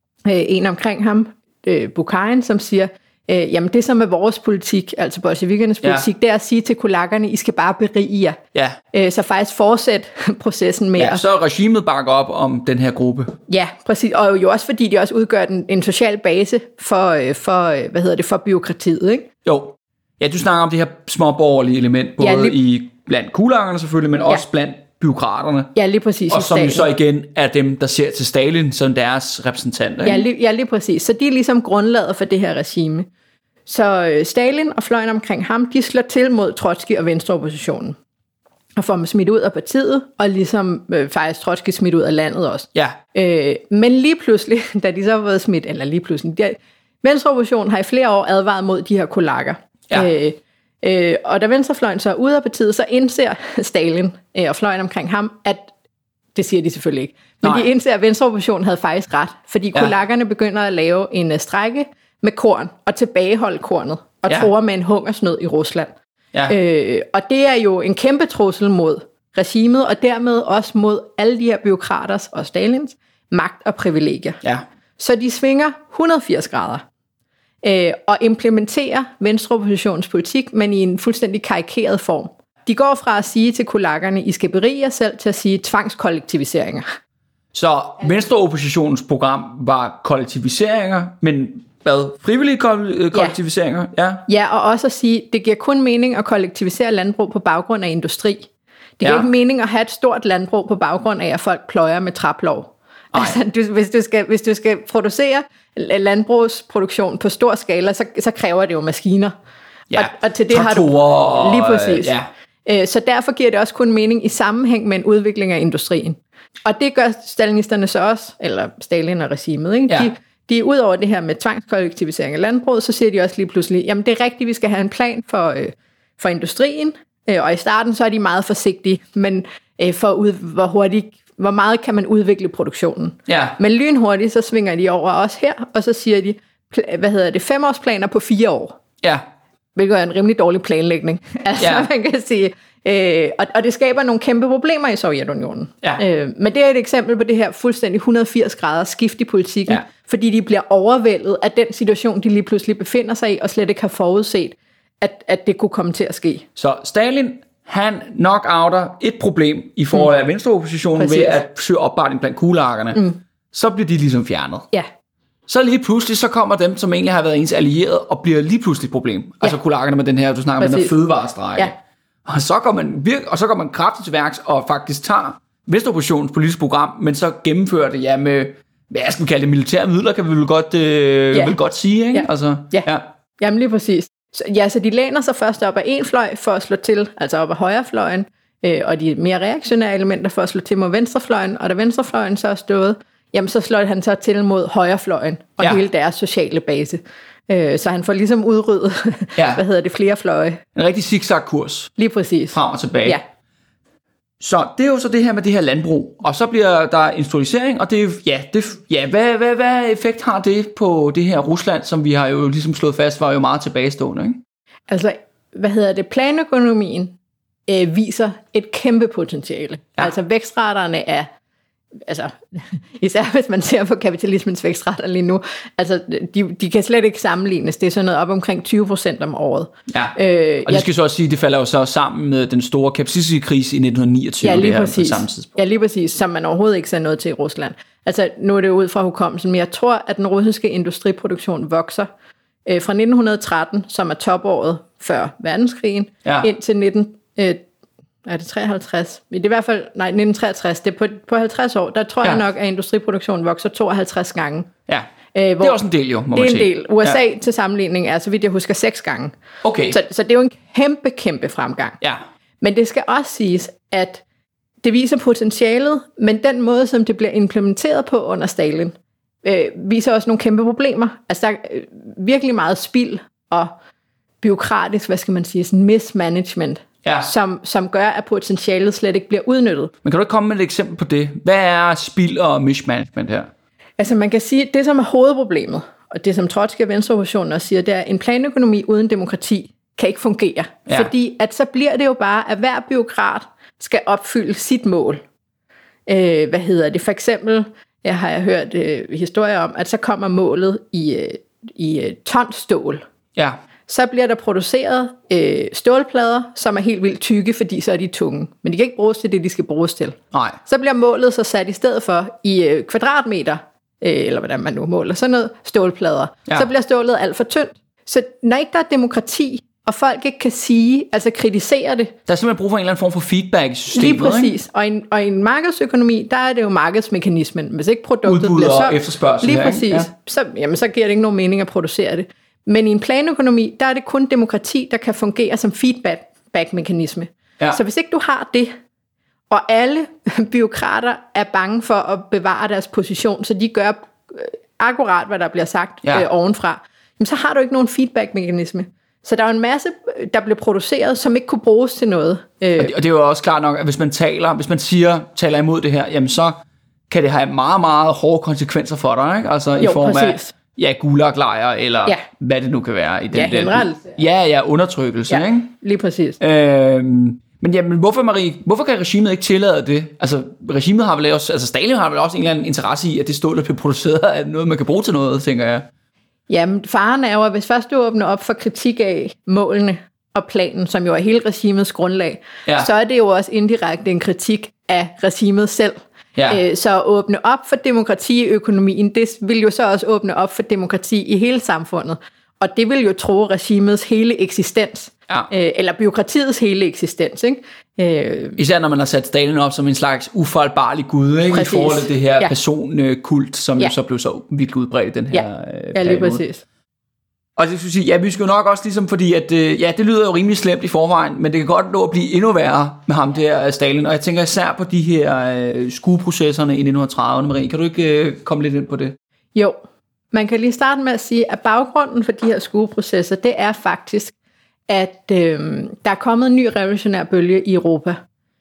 Speaker 2: en omkring ham, øh, Bukharin, som siger, Øh, jamen det som er vores politik, altså bolsjevikernes politik, ja. det er at sige til kulakkerne, I skal bare berige jer. Ja. Øh, så faktisk fortsæt processen med
Speaker 1: ja, så regimet bakker op om den her gruppe.
Speaker 2: Ja, præcis. Og jo også fordi de også udgør en, en social base for, for, hvad hedder det, for byråkratiet, ikke?
Speaker 1: Jo. Ja, du snakker om det her småborgerlige element, både ja, lige... i blandt kulakkerne selvfølgelig, men ja. også blandt byråkraterne.
Speaker 2: Ja, lige præcis.
Speaker 1: Og som jo så igen er dem, der ser til Stalin som deres repræsentanter.
Speaker 2: Ja, lige, ja, lige præcis. Så de er ligesom grundlaget for det her regime. Så øh, Stalin og fløjen omkring ham, de slår til mod Trotsky og venstreoppositionen. Og får dem smidt ud af partiet, og ligesom øh, faktisk Trotsky smidt ud af landet også.
Speaker 1: Ja.
Speaker 2: Øh, men lige pludselig, da de så har været smidt, eller lige pludselig, de, venstreoppositionen har i flere år advaret mod de her kulakker. Ja. Øh, Øh, og da venstrefløjen så er ude af partiet, så indser Stalin øh, og fløjen omkring ham, at det siger de selvfølgelig ikke, men Nej. de indser, at venstreoppositionen havde faktisk ret, fordi ja. kulakkerne begynder at lave en uh, strejke med korn og tilbageholde kornet og ja. truer med en hungersnød i Rusland. Ja. Øh, og det er jo en kæmpe trussel mod regimet, og dermed også mod alle de her byråkraters og Stalins magt og privilegier. Ja. Så de svinger et hundrede og firs grader øh, og implementerer venstreoppositionens politik, men i en fuldstændig karikeret form. De går fra at sige til kulakkerne, I skal berige jer selv, til at sige tvangskollektiviseringer.
Speaker 1: Så venstreoppositionens program var kollektiviseringer, men hvad? Frivillige kollektiviseringer? Ja.
Speaker 2: Ja. ja, og også at sige, det giver kun mening at kollektivisere landbrug på baggrund af industri. Det giver ja. ikke mening at have et stort landbrug på baggrund af, at folk pløjer med traplov. Altså, du, hvis, du skal, hvis du skal producere landbrugsproduktion på stor skala, så, så kræver det jo maskiner.
Speaker 1: Ja,
Speaker 2: og, og til det
Speaker 1: traktorer,
Speaker 2: har du lige præcis.
Speaker 1: Ja.
Speaker 2: Så derfor giver det også kun mening i sammenhæng med en udvikling af industrien. Og det gør stalinisterne så også, eller Stalin og regimet. Ikke? Ja. De, de er ud over det her med tvangskollektivisering af landbruget, så siger de også lige pludselig, jamen det er rigtigt, vi skal have en plan for, øh, for industrien, øh, og i starten så er de meget forsigtige, men øh, for ud, hvor hurtigt, hvor meget kan man udvikle produktionen. Ja. Men lynhurtigt, så svinger de over også her, og så siger de, hvad hedder det, femårsplaner på fire år.
Speaker 1: Ja.
Speaker 2: Hvilket er en rimelig dårlig planlægning. Altså ja. man kan sige, øh, og, og det skaber nogle kæmpe problemer i Sovjetunionen. Ja. Øh, men det er et eksempel på det her fuldstændig et hundrede og firs grader skift i politikken, ja. fordi de bliver overvældet af den situation, de lige pludselig befinder sig i, og slet ikke har forudset, at, at det kunne komme til at ske.
Speaker 1: Så Stalin, han knock-outer et problem i forhold af mm. venstreoppositionen Præcis. ved at søge opbakning blandt kulakkerne. Mm. Så bliver de ligesom fjernet. Ja. Så lige pludselig, så kommer dem, som egentlig har været ens allierede, og bliver lige pludselig et problem. Ja. Altså kulakkerne med den her, du snakker Præcis. med den her fødevarestrejke. Ja. Og så går man virke, og så går man kraftigt til værks, og faktisk tager venstreoppositionens politiske program, men så gennemfører det ja med, hvad skal vi kalde det, militære midler, kan vi vel godt, øh, ja. vel godt sige, ikke?
Speaker 2: Ja.
Speaker 1: Altså,
Speaker 2: ja. ja. Jamen lige præcis. Så, ja, så de læner sig først op af en fløj for at slå til, altså op af højrefløjen, øh, og de mere reaktionære elementer for at slå til mod venstrefløjen, og da venstrefløjen så er stået, jamen så slår han så til mod højrefløjen og ja. hele deres sociale base. Øh, så han får ligesom udryddet, ja. hvad hedder det, flere fløje.
Speaker 1: En rigtig zigzag-kurs.
Speaker 2: Lige præcis.
Speaker 1: Frem og tilbage.
Speaker 2: Ja.
Speaker 1: Så det er jo så det her med det her landbrug, og så bliver der industrialisering, og det er ja, det, ja hvad, hvad, hvad effekt har det på det her Rusland, som vi har jo ligesom slået fast, var jo meget tilbagestående, ikke?
Speaker 2: Altså, hvad hedder det, planøkonomien øh, viser et kæmpe potentiale. Ja. Altså vækstraterne er, altså især hvis man ser på kapitalismens vækstrater lige nu, altså de, de kan slet ikke sammenlignes. Det er sådan noget op omkring tyve procent om året.
Speaker 1: Ja, øh, og det skal jeg, så også sige, det falder jo så sammen med den store kapitalistiske i nitten niogtyve.
Speaker 2: Ja, lige
Speaker 1: det her
Speaker 2: præcis.
Speaker 1: På samme tidspunkt.
Speaker 2: Ja, lige præcis, som man overhovedet ikke ser noget til i Rusland. Altså nu er det ud fra hukommelsen, men jeg tror, at den russiske industriproduktion vokser øh, fra nitten tretten, som er topåret før verdenskrigen, ja. indtil nitten øh, er det treoghalvtreds? Det er i hvert fald, nej, nitten treogtres. Det er på, på halvtreds år, der tror ja. jeg nok, at industriproduktionen vokser tooghalvtreds gange.
Speaker 1: Ja, øh, det er også en del jo, må
Speaker 2: det
Speaker 1: man
Speaker 2: sige. Det er en del. U S A
Speaker 1: ja.
Speaker 2: til sammenligning er, så vidt jeg husker, seks gange.
Speaker 1: Okay.
Speaker 2: Så, så det er jo en kæmpe, kæmpe fremgang.
Speaker 1: Ja.
Speaker 2: Men det skal også siges, at det viser potentialet, men den måde, som det bliver implementeret på under Stalin, øh, viser også nogle kæmpe problemer. Altså der er øh, virkelig meget spild og bureaukratisk, hvad skal man sige, sådan mismanagement. Ja. Som, som gør, at potentialet slet ikke bliver udnyttet.
Speaker 1: Men kan du ikke komme med et eksempel på det? Hvad er spild og mismanagement her?
Speaker 2: Altså man kan sige, at det som er hovedproblemet, og det som Trotsky og venstreoppositionen også siger, det er, at en planøkonomi uden demokrati kan ikke fungere. Ja. Fordi at så bliver det jo bare, at hver bureaukrat skal opfylde sit mål. Øh, hvad hedder det? For eksempel, jeg har jeg hørt øh, historier om, at så kommer målet i, øh, i øh, ton stål. Ja. Så bliver der produceret øh, stålplader, som er helt vildt tykke, fordi så er de tunge. Men de kan ikke bruges til det, de skal bruges til.
Speaker 1: Nej.
Speaker 2: Så bliver målet så sat i stedet for i øh, kvadratmeter, øh, eller hvordan man nu måler, sådan noget stålplader. Ja. Så bliver stålet alt for tyndt. Så når ikke der er demokrati, og folk ikke kan sige, altså kritisere det.
Speaker 1: Der er simpelthen brug for en eller anden form for feedback i systemet.
Speaker 2: Lige præcis. Og i, og i en markedsøkonomi, der er det jo markedsmekanismen. Hvis ikke produktet
Speaker 1: Udbud
Speaker 2: bliver
Speaker 1: og efterspørgsel.
Speaker 2: Lige præcis. Ja. Så, jamen, så giver det ikke nogen mening at producere det. Men i en planøkonomi, der er det kun demokrati, der kan fungere som feedback-mekanisme. Ja. Så hvis ikke du har det, og alle bureaukrater er bange for at bevare deres position, så de gør akkurat, hvad der bliver sagt ja. øh, ovenfra, jamen, så har du ikke nogen feedback-mekanisme. Så der var en masse, der blev produceret, som ikke kunne bruges til noget.
Speaker 1: Og det, og det er jo også klart nok, at hvis man taler, hvis man siger, taler imod det her, jamen så kan det have meget, meget hårde konsekvenser for dig, ikke? Altså
Speaker 2: jo,
Speaker 1: i form
Speaker 2: præcis.
Speaker 1: af ja, gulaglejre, eller ja. hvad det nu kan være. I den
Speaker 2: ja,
Speaker 1: der, ja, ja, undertrykkelse,
Speaker 2: ja,
Speaker 1: ikke?
Speaker 2: Lige præcis.
Speaker 1: Øhm, men jamen, hvorfor, Marie, hvorfor kan regimet ikke tillade det? Altså, regimet har vel også, altså Stalin har vel også en eller anden interesse i, at det stål, der bliver produceret, er noget, man kan bruge til noget, tænker jeg.
Speaker 2: Jamen, faren er jo, at hvis først du åbner op for kritik af målene og planen, som jo er hele regimets grundlag, ja. så er det jo også indirekte en kritik af regimet selv. Ja. Så at åbne op for demokrati i økonomien, det vil jo så også åbne op for demokrati i hele samfundet. Og det vil jo tro regimets hele eksistens. Ja. Eller byråkratiets hele eksistens. Ikke?
Speaker 1: Især når man har sat Stalin op som en slags ufejlbarlig gud, ikke? I forhold til det her ja. personkult, som ja. jo så blev så vildt udbredt i den her
Speaker 2: ja. ja, lige præcis.
Speaker 1: Og det skal sige, ja, vi skal jo nok også ligesom, fordi at, ja, det lyder jo rimelig slemt i forvejen, men det kan godt nå at blive endnu værre med ham der, Stalin. Og jeg tænker især på de her uh, skueprocesserne i nitten trediverne. Marie, kan du ikke uh, komme lidt ind på det?
Speaker 2: Jo, man kan lige starte med at sige, at baggrunden for de her skueprocesser, det er faktisk, at øh, der er kommet en ny revolutionær bølge i Europa.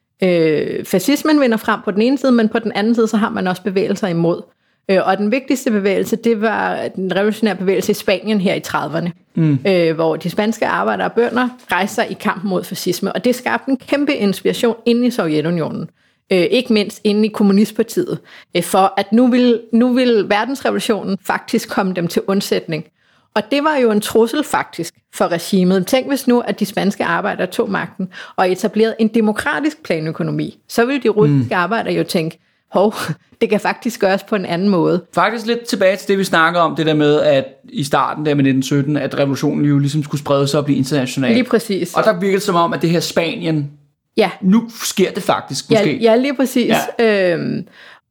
Speaker 2: Øh, fascismen vinder frem på den ene side, men på den anden side, så har man også bevægelser imod. Og den vigtigste bevægelse, det var den revolutionære bevægelse i Spanien her i trediverne, mm. øh, hvor de spanske arbejdere og bønder rejser i kampen mod fascisme, og det skabte en kæmpe inspiration inde i Sovjetunionen, øh, ikke mindst inde i kommunistpartiet, øh, for at nu vil, nu vil verdensrevolutionen faktisk komme dem til undsætning. Og det var jo en trussel faktisk for regimet. Tænk hvis nu, at de spanske arbejdere tog magten og etablerede en demokratisk planøkonomi, så ville de russiske mm. arbejdere jo tænke, hov, det kan faktisk gøres på en anden måde.
Speaker 1: Faktisk lidt tilbage til det, vi snakker om, det der med, at i starten der med nitten sytten, at revolutionen jo ligesom skulle sprede sig og blive international.
Speaker 2: Lige præcis.
Speaker 1: Og der virkede det som om, at det her Spanien, ja. nu sker det faktisk måske.
Speaker 2: Ja, ja lige præcis. Ja. Øhm,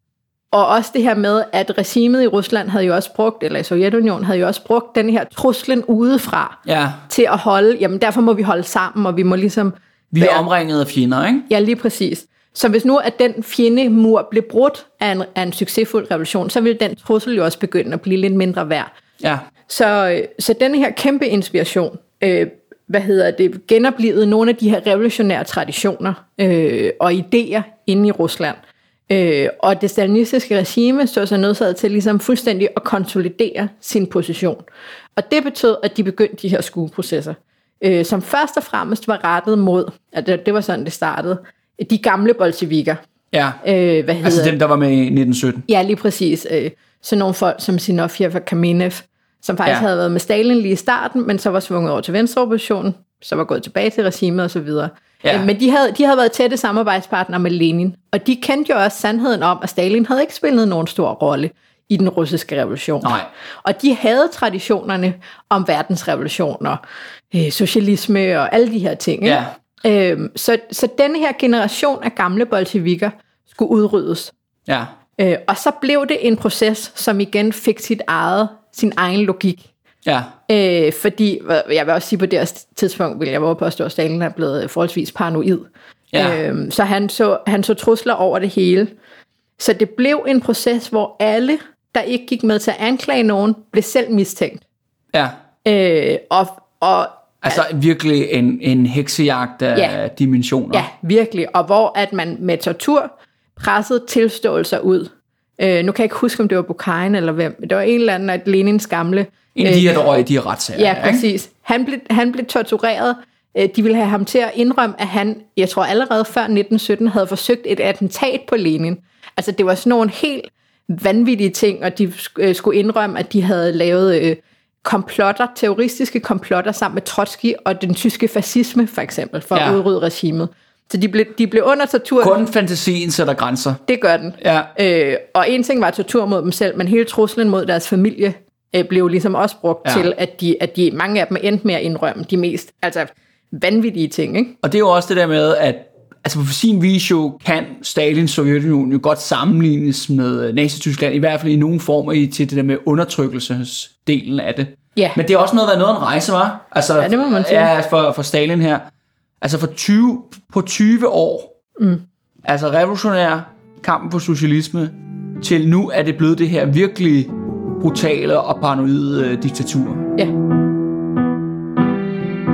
Speaker 2: og også det her med, at regimet i Rusland havde jo også brugt, eller i Sovjetunionen havde jo også brugt den her truslen udefra
Speaker 1: ja.
Speaker 2: til at holde, jamen derfor må vi holde sammen, og vi må ligesom...
Speaker 1: Vi er omringet af fjender, ikke?
Speaker 2: Ja, lige præcis. Så hvis nu, at den fjendemur blev brudt af en, af en succesfuld revolution, så ville den trussel jo også begynde at blive lidt mindre værd.
Speaker 1: Ja.
Speaker 2: Så, så denne her kæmpe inspiration, øh, hvad hedder det, genoplivet nogle af de her revolutionære traditioner øh, og idéer inde i Rusland. Øh, og det stalinistiske regime stod sig nødsaget til ligesom fuldstændig at konsolidere sin position. Og det betød, at de begyndte de her skueprocesser, øh, som først og fremmest var rettet mod, at det, det var sådan, det startede, de gamle bolsjevikker.
Speaker 1: Ja,
Speaker 2: øh, hvad
Speaker 1: altså dem, der var med i nitten sytten.
Speaker 2: Ja, lige præcis. Øh, sådan nogle folk som Zinoviev og Kamenev, som faktisk ja. havde været med Stalin lige i starten, men så var svunget over til venstreoppositionen, så var gået tilbage til regimet og så videre. Ja. Øh, men de havde, de havde været tætte samarbejdspartnere med Lenin, og de kendte jo også sandheden om, at Stalin havde ikke spillet nogen stor rolle i den russiske revolution.
Speaker 1: Nej.
Speaker 2: Og de havde traditionerne om verdensrevolutioner, øh, socialisme og alle de her ting.
Speaker 1: Ja.
Speaker 2: Øhm, så, så denne her generation af gamle bolsjevikker skulle udryddes.
Speaker 1: Ja.
Speaker 2: Øh, og så blev det en proces, som igen fik sit eget, sin egen logik.
Speaker 1: Ja.
Speaker 2: Øh, fordi, jeg vil også sige på det her tidspunkt, vil jeg våge påstå, at Stalin er blevet forholdsvis paranoid.
Speaker 1: Ja.
Speaker 2: Øh, så han så, han så trusler over det hele. Så det blev en proces, hvor alle, der ikke gik med til at anklage nogen, blev selv mistænkt.
Speaker 1: Ja.
Speaker 2: Øh, og, og
Speaker 1: Altså virkelig en, en heksejagt af ja, dimensioner.
Speaker 2: Ja, virkelig. Og hvor at man med tortur pressede tilståelser ud. Øh, nu kan jeg ikke huske, om det var Bukharin eller hvem. Det var en eller anden af Lenins gamle...
Speaker 1: En af de her, der røg i de her retssager.
Speaker 2: Ja, præcis. Han blev, han blev tortureret. De ville have ham til at indrømme, at han, jeg tror allerede før nitten sytten, havde forsøgt et attentat på Lenin. Altså det var sådan nogle helt vanvittige ting, og de skulle indrømme, at de havde lavet... Øh, komplotter, terroristiske komplotter sammen med Trotsky og den tyske fascisme, for eksempel, for ja. at udrydde regimet. Så de blev, de blev under tortur.
Speaker 1: Kun fantasien sætter grænser.
Speaker 2: Det gør den.
Speaker 1: Ja.
Speaker 2: Øh, og en ting var tortur mod dem selv, men hele truslen mod deres familie øh, blev ligesom også brugt ja. til, at, de, at de, mange af dem endte med at indrømme de mest altså, vanvittige ting. Ikke?
Speaker 1: Og det er jo også det der med, at altså på sin vis jo kan Stalins Sovjetunionen jo godt sammenlignes med Nazi-Tyskland, i hvert fald i nogen form i, til det der med undertrykkelsesdelen af det.
Speaker 2: Ja.
Speaker 1: Men det er også noget af noget en rejse, var. Altså,
Speaker 2: ja, det må man sige.
Speaker 1: Ja, for, for Stalin her. Altså for tyve, på tyve år, mm. altså revolutionær kampen for socialisme, til nu er det blevet det her virkelig brutale og paranoide diktatur.
Speaker 2: Ja.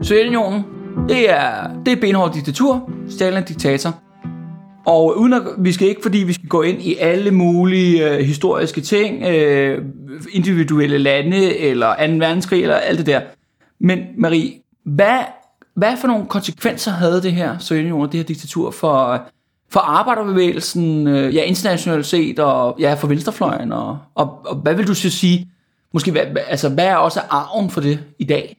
Speaker 1: Sovjetunionen, det er, det er benhårdt diktatur, Stalin er diktator. Og uden at, vi skal ikke, fordi vi skal gå ind i alle mulige øh, historiske ting, øh, individuelle lande, eller anden verdenskrig, eller alt det der. Men Marie, hvad, hvad for nogle konsekvenser havde det her Sovjetunionen, det her diktatur, for, for arbejderbevægelsen, øh, ja, internationalt set, og ja, for venstrefløjen, og, og, og hvad vil du så sige, måske, hvad, altså, hvad er også arven for det i dag?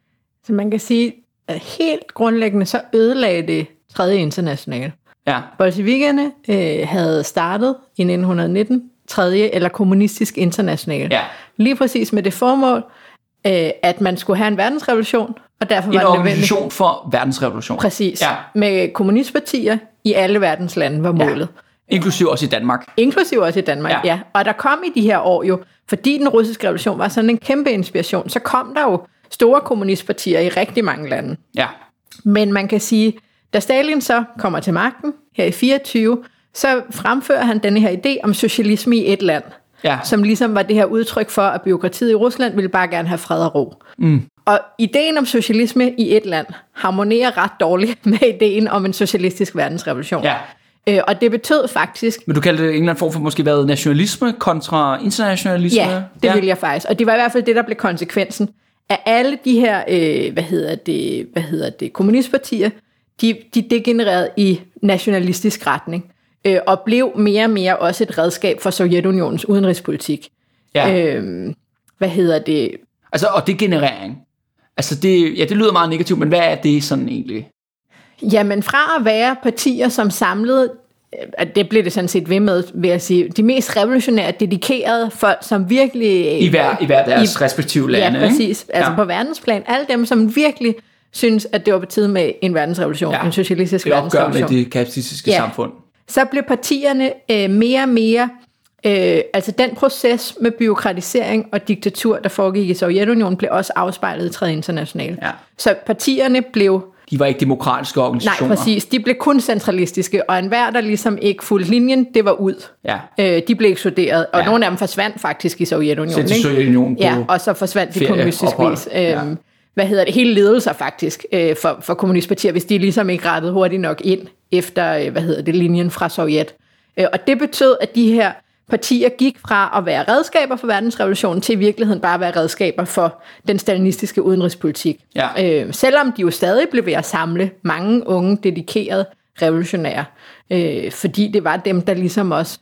Speaker 2: Så man kan sige, at helt grundlæggende, så ødelagde det tredje internationale.
Speaker 1: Ja.
Speaker 2: Bolsjevikerne øh, havde startet i nitten nitten tredje eller kommunistisk international.
Speaker 1: Ja.
Speaker 2: Lige præcis med det formål, øh, at man skulle have en verdensrevolution, og derfor
Speaker 1: En
Speaker 2: var det
Speaker 1: organisation
Speaker 2: nødvendigt.
Speaker 1: for verdensrevolution.
Speaker 2: Præcis.
Speaker 1: Ja.
Speaker 2: Med kommunistpartier i alle verdens lande var målet.
Speaker 1: Ja. Inklusiv også i Danmark.
Speaker 2: Inklusiv også i Danmark, ja. ja. Og der kom i de her år jo, fordi den russiske revolution var sådan en kæmpe inspiration, så kom der jo store kommunistpartier i rigtig mange lande.
Speaker 1: Ja.
Speaker 2: Men man kan sige, da Stalin så kommer til magten her i fireogtyve, så fremfører han denne her idé om socialisme i et land,
Speaker 1: Ja.
Speaker 2: som ligesom var det her udtryk for, at byråkratiet i Rusland ville bare gerne have fred og ro. Mm. Og ideen om socialisme i et land harmonerer ret dårligt med ideen om en socialistisk verdensrevolution.
Speaker 1: Ja.
Speaker 2: Øh, og det betød faktisk...
Speaker 1: Men du kaldte det en eller anden form for måske været nationalisme kontra internationalisme?
Speaker 2: Ja, det ja. vil jeg faktisk. Og det var i hvert fald det, der blev konsekvensen af alle de her, øh, hvad hedder det, hvad hedder det, kommunistpartier, de, de degenererede i nationalistisk retning, øh, og blev mere og mere også et redskab for Sovjetunionens udenrigspolitik.
Speaker 1: Ja.
Speaker 2: Øh, hvad hedder det?
Speaker 1: Altså, og degenerering. Altså, det, ja, det lyder meget negativt, men hvad er det sådan egentlig?
Speaker 2: Jamen, fra at være partier, som samlede, at det blev det sådan set ved med, vil jeg sige, de mest revolutionære, dedikerede folk, som virkelig...
Speaker 1: I hver, i hver deres i, respektive lande,
Speaker 2: ja, præcis.
Speaker 1: Ikke?
Speaker 2: Altså
Speaker 1: ja.
Speaker 2: på verdensplan. Alle dem, som virkelig synes, at det var på tide med en verdensrevolution, ja. en socialistisk
Speaker 1: det
Speaker 2: verdensrevolution.
Speaker 1: Det opgør med det kapitalistiske ja. samfund.
Speaker 2: Så blev partierne øh, mere og mere... Øh, altså den proces med byråkratisering og diktatur, der foregik i Sovjetunionen, blev også afspejlet i tredje internationale.
Speaker 1: Ja.
Speaker 2: Så partierne blev...
Speaker 1: De var ikke demokratiske organisationer.
Speaker 2: Nej, præcis. De blev kun centralistiske, og enhver, der ligesom ikke fulgte linjen, det var ud.
Speaker 1: Ja.
Speaker 2: Øh, de blev ekskluderet, og
Speaker 1: ja.
Speaker 2: nogle af dem forsvandt faktisk i Sovjetunionen.
Speaker 1: Til Sovjetunionen på
Speaker 2: ja, og så forsvandt de på mystisk vis. Øh, ja. Hvad hedder det? Hele ledelser faktisk øh, for, for kommunistpartier, hvis de ligesom ikke rettede hurtigt nok ind efter, øh, hvad hedder det, linjen fra Sovjet. Øh, og det betød, at de her partier gik fra at være redskaber for verdensrevolutionen til i virkeligheden bare at være redskaber for den stalinistiske udenrigspolitik.
Speaker 1: Ja.
Speaker 2: Øh, selvom de jo stadig blev ved at samle mange unge, dedikerede revolutionære, øh, fordi det var dem, der ligesom også,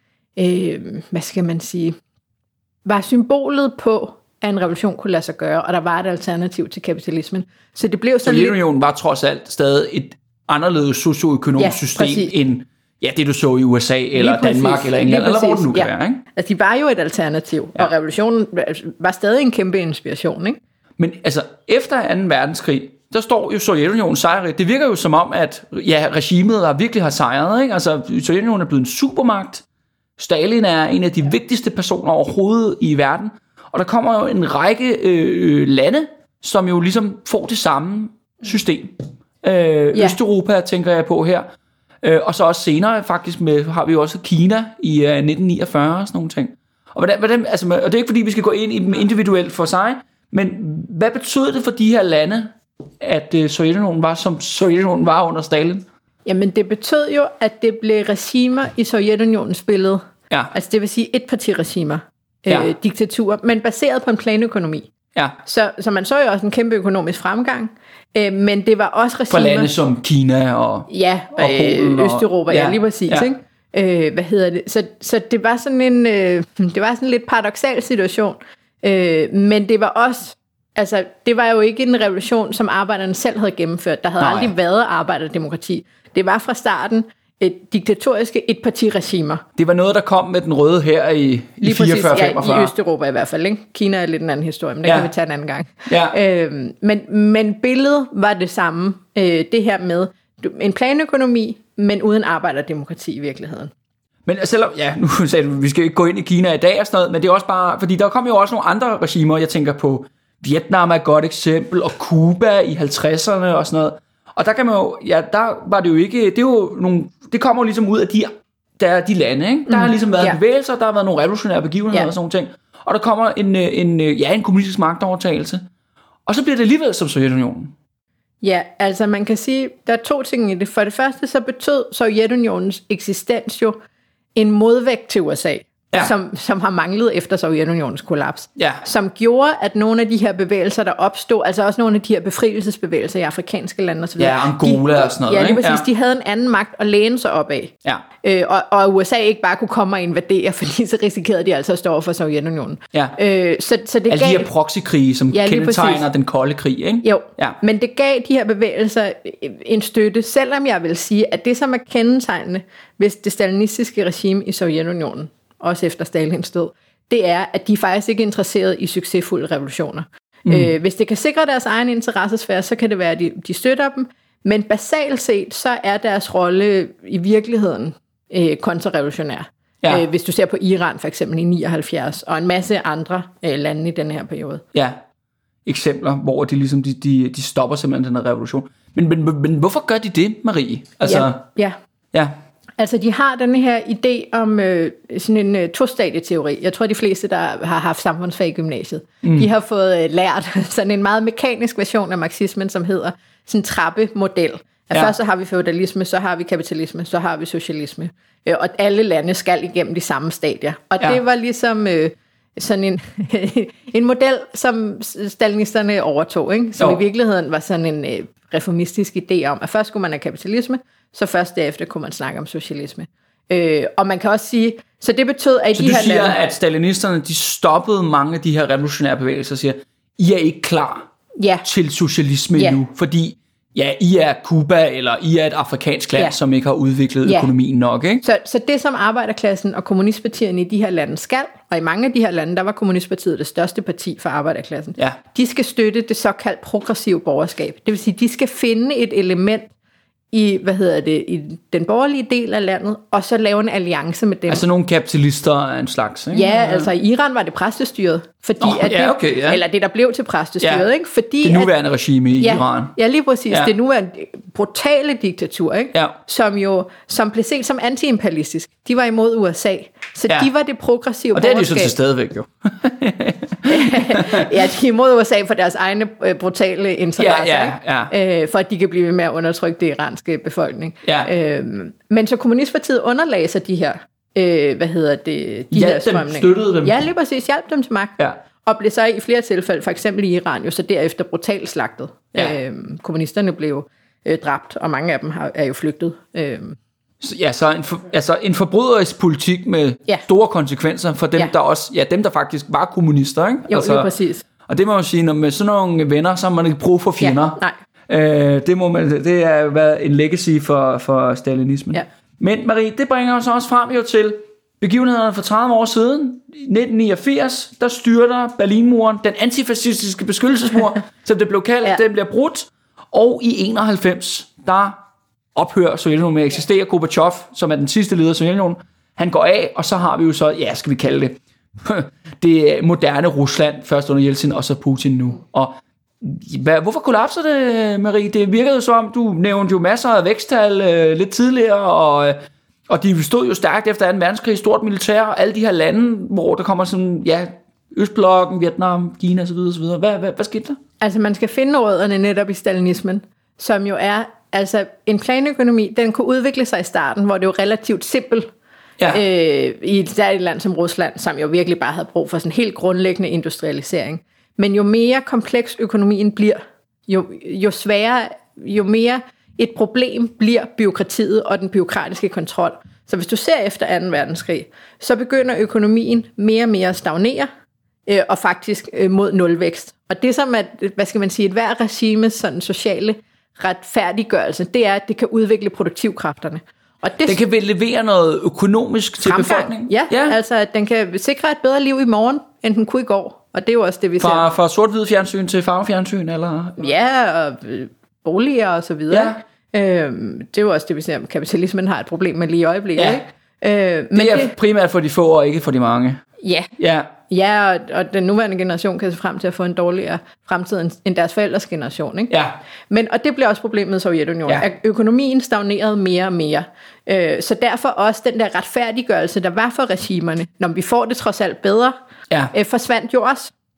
Speaker 2: øh, hvad skal man sige, var symbolet på, at en revolution kunne lade sig gøre, og der var et alternativ til kapitalismen. Så det blev sådan lidt...
Speaker 1: Sovjetunionen var trods alt stadig et anderledes socioøkonomisk ja, system præcis. end... Ja, det du så i U S A, eller Danmark, eller England, eller hvor det nu kan ja. være, ikke?
Speaker 2: Altså, de var jo et alternativ, ja. og revolutionen var stadig en kæmpe inspiration, ikke?
Speaker 1: Men altså, efter anden verdenskrig, der står jo Sovjetunionen sejrigt. Det virker jo som om, at ja, regimet har virkelig har sejret, ikke? Altså, Sovjetunionen er blevet en supermagt. Stalin er en af de ja. vigtigste personer overhovedet i verden. Og der kommer jo en række øh, lande, som jo ligesom får det samme system. Øh, ja. Østeuropa tænker jeg på her. Øh, og så også senere faktisk med, har vi jo også Kina i øh, nitten niogfyrre og sådan nogle ting. Og, hvordan, hvordan, altså, og det er ikke fordi vi skal gå ind i dem individuelt for sig, men hvad betød det for de her lande, at øh, Sovjetunionen var som Sovjetunionen var under Stalin?
Speaker 2: Jamen det betød jo, at det blev regimer i Sovjetunionens billede.
Speaker 1: Ja.
Speaker 2: Altså det vil sige etpartiregimer, øh,
Speaker 1: ja.
Speaker 2: diktaturer, men baseret på en planøkonomi.
Speaker 1: Ja.
Speaker 2: Så, så man så jo også en kæmpe økonomisk fremgang, øh, men det var også regimer...
Speaker 1: For lande som Kina og,
Speaker 2: ja,
Speaker 1: og Polen
Speaker 2: øh, Østeuropa,
Speaker 1: og,
Speaker 2: ja, lige præcis,
Speaker 1: ja.
Speaker 2: ikke? Øh, hvad hedder det? Så, så det var sådan en, øh, det var sådan en lidt paradoksal situation, øh, men det var også, altså det var jo ikke en revolution, som arbejderne selv havde gennemført. Der havde Nej. aldrig været arbejderdemokrati. Det var fra starten et diktatoriske etpartiregimer.
Speaker 1: Det var noget, der kom med den røde her i, i fireogfyrre femogfyrre.
Speaker 2: Ja, i Østeuropa i hvert fald, ikke? Kina er lidt en anden historie, men det ja. kan vi tage en anden gang.
Speaker 1: Ja.
Speaker 2: Øh, men, men billedet var det samme, øh, det her med en planøkonomi, men uden arbejderdemokrati i virkeligheden.
Speaker 1: Men selvom, ja, nu sagde du, vi skal ikke gå ind i Kina i dag og sådan noget, men det er også bare, fordi der kom jo også nogle andre regimer, jeg tænker på, Vietnam er et godt eksempel, og Cuba i halvtredserne og sådan noget. Og der kan man jo, ja, der var det jo ikke, det er jo nogle, det kommer jo ligesom ud af de, der, de lande, ikke? Der har ligesom været ja. bevægelser, der har været nogle revolutionære begivenheder ja. og sådan nogle ting. Og der kommer en, en, ja, en kommunistisk magtovertagelse. Og så bliver det alligevel som Sovjetunionen.
Speaker 2: Ja, altså man kan sige, der er to ting i det. For det første, så betød Sovjetunionens eksistens jo en modvægt til U S A, ja. som, som har manglet efter Sovjetunionens kollaps.
Speaker 1: Ja.
Speaker 2: Som gjorde, at nogle af de her bevægelser, der opstod, altså også nogle af de her befrielsesbevægelser i afrikanske lande osv.
Speaker 1: Ja, Angola
Speaker 2: de,
Speaker 1: og sådan noget.
Speaker 2: Ja, lige præcis.
Speaker 1: Ja.
Speaker 2: De havde en anden magt at læne sig op af.
Speaker 1: Ja.
Speaker 2: Øh, og, og U S A ikke bare kunne komme og invadere, fordi så risikerede de altså at stå over for Sovjetunionen.
Speaker 1: Ja.
Speaker 2: Øh, så, så det
Speaker 1: altså
Speaker 2: gav...
Speaker 1: de her proxykrige, som
Speaker 2: ja,
Speaker 1: kendetegner
Speaker 2: præcis.
Speaker 1: den kolde krig, ikke?
Speaker 2: Jo,
Speaker 1: ja.
Speaker 2: Men det gav de her bevægelser en støtte, selvom jeg vil sige, at det, som er kendetegnende ved det stalinistiske regime i Sovjetunionen, også efter Stalins død, det er, at de faktisk ikke er interesseret i succesfulde revolutioner. Mm. Øh, hvis det kan sikre deres egen interessesfære, så kan det være, at de, de støtter dem, men basalt set, så er deres rolle i virkeligheden øh, kontrarevolutionær. Ja. Øh, hvis du ser på Iran for eksempel i nioghalvfjerds, og en masse andre øh, lande i den her periode.
Speaker 1: Ja, eksempler, hvor de ligesom de, de, de stopper simpelthen den her revolution. Men, men, men hvorfor gør de det, Marie? Altså,
Speaker 2: ja, ja.
Speaker 1: ja.
Speaker 2: Altså, de har den her idé om øh, sådan en øh, to-stadie-teori. Jeg tror, de fleste, der har haft samfundsfag i gymnasiet, mm. de har fået øh, lært sådan en meget mekanisk version af marxismen, som hedder sådan en trappemodel. At ja. Først så har vi feudalisme, så har vi kapitalisme, så har vi socialisme. Øh, og alle lande skal igennem de samme stadier. Og ja. Det var ligesom øh, sådan en, en model, som stalinisterne overtog, ikke? Som jo. I virkeligheden var sådan en øh, reformistisk idé om, at først skulle man have kapitalisme, så først derefter kunne man snakke om socialisme. Øh, og man kan også sige, så det betød, at
Speaker 1: så
Speaker 2: de
Speaker 1: her
Speaker 2: her
Speaker 1: siger,
Speaker 2: lande...
Speaker 1: at stalinisterne, de stoppede mange af de her revolutionære bevægelser og siger, I er ikke klar
Speaker 2: ja.
Speaker 1: til socialisme
Speaker 2: ja.
Speaker 1: nu, fordi ja, I er Cuba, eller I er et afrikansk land, ja. Som ikke har udviklet ja. Økonomien nok, ikke?
Speaker 2: Så, så det, som arbejderklassen og kommunistpartierne i de her lande skal, og i mange af de her lande, der var kommunistpartiet det største parti for arbejderklassen,
Speaker 1: ja.
Speaker 2: de skal støtte det såkaldt progressive borgerskab. Det vil sige, de skal finde et element i, hvad hedder det, i den borgerlige del af landet, og så lave en alliance med dem.
Speaker 1: Altså nogle kapitalister af en slags, ikke?
Speaker 2: Ja, altså i Iran var det præstestyret, fordi
Speaker 1: oh,
Speaker 2: at det,
Speaker 1: ja, okay, ja.
Speaker 2: eller det, der blev til præstestyret,
Speaker 1: ja.
Speaker 2: Ikke? Fordi
Speaker 1: det nuværende at, regime i
Speaker 2: ja,
Speaker 1: Iran.
Speaker 2: Ja, lige præcis.
Speaker 1: Ja.
Speaker 2: Det nuværende brutale diktatur, ikke?
Speaker 1: Ja.
Speaker 2: Som jo som blev set som anti-imperialistisk. De var imod U S A, så ja. De var det progressive borgerskab.
Speaker 1: Og det er de så til stadigvæk jo.
Speaker 2: Ja, de er imod U S A for deres egne brutale interesser,
Speaker 1: ja, ja,
Speaker 2: ja. Øh, for at de kan blive ved med at undertrykke det iranske befolkning.
Speaker 1: Ja.
Speaker 2: Øh, men så kommunistpartiet underlagde sig de her, øh, hvad hedder det, de
Speaker 1: ja,
Speaker 2: her strømninger.
Speaker 1: Støttede dem.
Speaker 2: Ja, lige præcis, hjalp dem til magt.
Speaker 1: Ja.
Speaker 2: Og blev så i flere tilfælde, for eksempel i Iran, jo så derefter brutalt slagtet.
Speaker 1: Ja.
Speaker 2: Øh, kommunisterne blev øh, dræbt, og mange af dem har, er jo flygtet. Øh.
Speaker 1: Ja, så en, for, altså en forbryderisk politik med
Speaker 2: ja.
Speaker 1: Store konsekvenser for dem, ja. Der også, ja, dem der faktisk var kommunister, ikke?
Speaker 2: Jo,
Speaker 1: altså,
Speaker 2: jo, præcis.
Speaker 1: Og det må man sige, når med sådan nogle venner, så har man ikke brug for fjender.
Speaker 2: Ja, nej.
Speaker 1: Øh, det må man, det er været en legacy for, for stalinismen.
Speaker 2: Ja.
Speaker 1: Men Marie, det bringer os også frem jo til begivenhederne for tredive år siden, nitten niogfirs, der styrter Berlinmuren, den antifascistiske beskyttelsesmur, som det blev kaldt, ja. Den bliver brudt, og i enoghalvfems, der ophører Sovjetunionen med at eksistere. Gorbachev, som er den sidste leder af Sovjetunionen, han går af, og så har vi jo så, ja, skal vi kalde det, det moderne Rusland, først under Jeltsin, og så Putin nu. Og hvad, hvorfor kollapser det, Marie? Det virkede jo som, du nævnte jo masser af væksttal øh, lidt tidligere, og, og de stod jo stærkt efter anden verdenskrig, stort militær, og alle de her lande, hvor der kommer sådan, ja, Østblokken, Vietnam, Kina osv. osv. Hvad, hvad, hvad skete der? Altså,
Speaker 2: man skal finde rødderne netop i stalinismen, som jo er, altså en planøkonomi, den kunne udvikle sig i starten, hvor det var relativt simpelt, ja. øh, i et særligt land som Rusland, som jo virkelig bare havde brug for sådan en helt grundlæggende industrialisering. Men jo mere kompleks økonomien bliver, jo, jo sværere, jo mere et problem bliver byråkratiet og den byråkratiske kontrol. Så hvis du ser efter anden verdenskrig, så begynder økonomien mere og mere at stagnere, øh, og faktisk øh, mod nulvækst. Og det som er, hvad skal man sige, et hver regimes sådan sociale retfærdiggørelse, det er, at det kan udvikle produktivkræfterne. Og det,
Speaker 1: den kan vel levere noget økonomisk til
Speaker 2: fremgang.
Speaker 1: Befolkningen?
Speaker 2: Ja, ja, altså at den kan sikre et bedre liv i morgen, end den kunne i går. Og det er jo også det, vi
Speaker 1: fra,
Speaker 2: ser.
Speaker 1: Fra sort-hvid fjernsyn til farvefjernsyn, eller?
Speaker 2: Ja, og boliger og så videre. Ja. Øhm, det er jo også det, vi ser. Kapitalismen har et problem med lige i øjeblikket.
Speaker 1: Ja.
Speaker 2: Ikke? Øh, men
Speaker 1: det er
Speaker 2: det,
Speaker 1: primært for de få, og ikke for de mange.
Speaker 2: Ja,
Speaker 1: ja.
Speaker 2: ja og, og den nuværende generation kan se frem til at få en dårligere fremtid end deres forældres generation. Ikke?
Speaker 1: Ja.
Speaker 2: Men, og det bliver også problemet med Sovjetunionen, ja. At økonomien stagnerede mere og mere. Øh, så derfor også den der retfærdiggørelse, der var for regimerne, når vi får det trods alt bedre, ja. øh, forsvandt jo også.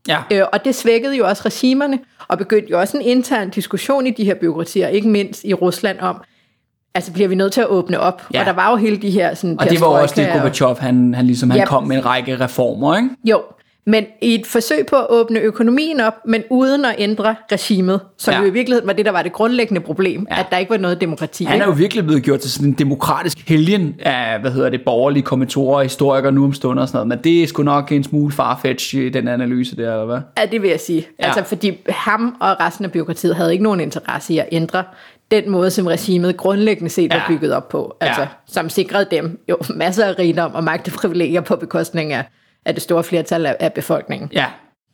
Speaker 1: Ja.
Speaker 2: Øh, og det svækkede jo også regimerne, og begyndte jo også en intern diskussion i de her byråkratier, ikke mindst i Rusland om, altså bliver vi nødt til at åbne op. Ja. Og der var jo hele de her sådan,
Speaker 1: og det var også det, Gorbachev, han, han, ligesom, han ja. kom med en række reformer, ikke?
Speaker 2: Jo, men i et forsøg på at åbne økonomien op, men uden at ændre regimet, som ja. jo i virkeligheden var det, der var det grundlæggende problem, ja. at der ikke var noget demokrati.
Speaker 1: Han er jo virkelig blevet gjort til sådan en demokratisk helgen af, hvad hedder det, borgerlige kommentatorer, historikere nu om stunder og sådan noget, men det er sgu nok en smule farfetch i den analyse der, eller hvad?
Speaker 2: Ja, det vil jeg sige. Ja. Altså, fordi ham og resten af byråkratiet havde ikke nogen interesse i at ændre den måde, som regimet grundlæggende set var bygget op på, altså, ja. som sikrede dem jo masser af rigdom og magt og privilegier på bekostning af af det store flertal af, af befolkningen.
Speaker 1: Ja.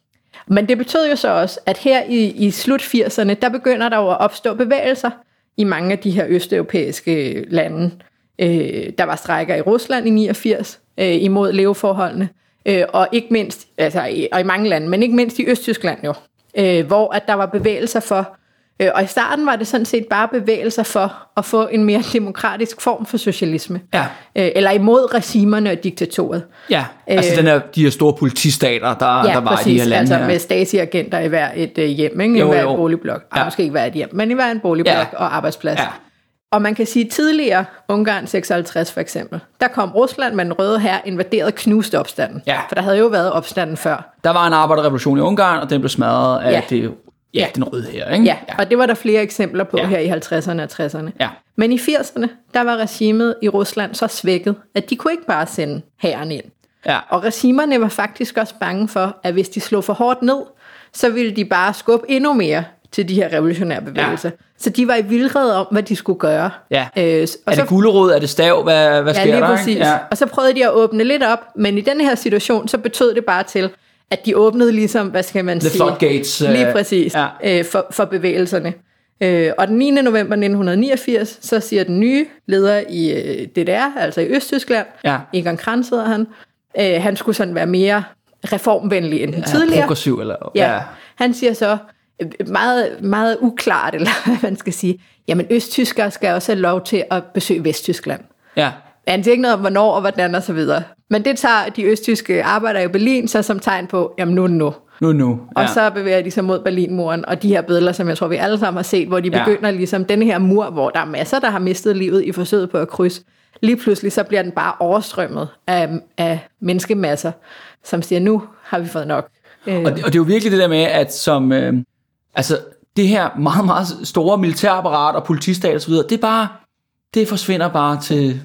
Speaker 2: Men det betød jo så også, at her i, i slut firserne, der begynder der jo at opstå bevægelser i mange af de her østeuropæiske lande. Øh, der var strejker i Rusland i niogfirs øh, imod leveforholdene, øh, og ikke mindst, altså i, og i mange lande, men ikke mindst i Østtyskland jo, øh, hvor at der var bevægelser for, øh, og i starten var det sådan set bare bevægelser for at få en mere demokratisk form for socialisme.
Speaker 1: Ja.
Speaker 2: Øh, eller imod regimerne og diktatoret.
Speaker 1: Ja, altså øh, den her, de her store politistater, der,
Speaker 2: ja,
Speaker 1: der var
Speaker 2: præcis,
Speaker 1: i de her lande
Speaker 2: altså
Speaker 1: her.
Speaker 2: med Stasi-agenter i hver et øh, hjem, ikke? I
Speaker 1: Jo,
Speaker 2: hver
Speaker 1: jo.
Speaker 2: et boligblok. Ja. Ej, måske ikke hver et hjem, men i hver en boligblok ja. og arbejdsplads.
Speaker 1: Ja.
Speaker 2: Og man kan sige, tidligere, Ungarn seksoghalvtreds for eksempel, der kom Rusland med den røde hær, invaderede, knuste opstanden.
Speaker 1: Ja.
Speaker 2: For der havde jo været opstanden før.
Speaker 1: Der var en arbejderrevolution i Ungarn, og den blev smadret af
Speaker 2: Ja.
Speaker 1: det, ja,
Speaker 2: Ja.
Speaker 1: den røde hær, ikke?
Speaker 2: Ja, og det var der flere eksempler på
Speaker 1: Ja.
Speaker 2: her i halvtredserne og tresserne.
Speaker 1: Ja.
Speaker 2: Men i firserne, der var regimet i Rusland så svækket, at de kunne ikke bare sende hæren ind.
Speaker 1: Ja.
Speaker 2: Og regimerne var faktisk også bange for, at hvis de slog for hårdt ned, så ville de bare skubbe endnu mere til de her revolutionære bevægelser. Ja. Så de var i vildrede om, hvad de skulle gøre.
Speaker 1: Ja.
Speaker 2: Øh, og
Speaker 1: er
Speaker 2: så,
Speaker 1: det gulerod? Er det stav? Hvad, hvad
Speaker 2: ja,
Speaker 1: sker
Speaker 2: lige
Speaker 1: der?
Speaker 2: præcis.
Speaker 1: Ja.
Speaker 2: Og så prøvede de at åbne lidt op, men i den her situation, så betød det bare til, at de åbnede ligesom, hvad skal man
Speaker 1: The
Speaker 2: sige?
Speaker 1: floodgates. Uh,
Speaker 2: Lige præcis,
Speaker 1: ja.
Speaker 2: øh, for, for bevægelserne. Øh, og den niende november nitten niogfirs, så siger den nye leder i øh, D D R, altså i Østtyskland,
Speaker 1: Ja.
Speaker 2: Egon Krenz hedder han, øh, han skulle sådan være mere reformvenlig end den
Speaker 1: Ja,
Speaker 2: tidligere.
Speaker 1: progressiv, eller?
Speaker 2: Ja. ja. Han siger så, øh, meget, meget uklart, eller hvad man skal sige, jamen østtyskere skal også have lov til at besøge Vesttyskland.
Speaker 1: Ja.
Speaker 2: Han siger ikke noget om, hvornår og hvordan og så videre. Men det tager de østtyske arbejdere i Berlin så som tegn på, jamen nu er det nu.
Speaker 1: Nu, nu. Ja.
Speaker 2: Og så bevæger de sig mod Berlinmuren, og de her billeder, som jeg tror, vi alle sammen har set, hvor de
Speaker 1: Ja.
Speaker 2: begynder ligesom denne her mur, hvor der er masser, der har mistet livet i forsøget på at krydse. Lige pludselig så bliver den bare overstrømmet af, af menneskemasser, som siger, nu har vi fået nok.
Speaker 1: Og, det, og det er jo virkelig det der med, at som, øh, altså, det her meget, meget store militærapparat og politistat og så videre, det er bare, det forsvinder bare til,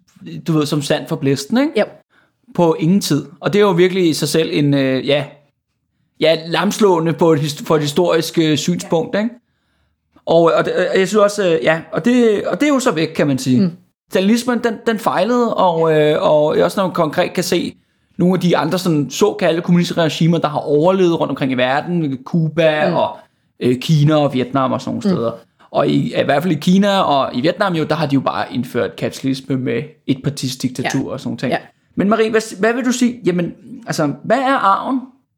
Speaker 1: du ved, som sand for blæsten, ikke?
Speaker 2: Jo.
Speaker 1: På ingen tid. Og det er jo virkelig i sig selv en, øh, ja, ja, lamslående på et, for et historisk øh, synspunkt, ikke? Og, og, det, og jeg synes også, øh, ja, og det, og det er jo så væk, kan man sige. Mm. Stalinismen, den, den fejlede, og, øh, og også når man konkret kan se nogle af de andre sådan, såkaldte kommunistiske regimer, der har overlevet rundt omkring i verden, Cuba mm. og øh, Kina og Vietnam og sådan nogle steder. Mm. Og i, i hvert fald i Kina og i Vietnam, jo, der har de jo bare indført kapitalisme med et partisdiktatur ja. og sådan nogle ting. Ja. Men Marie, hvad, hvad vil du sige? Jamen, altså, hvad er arven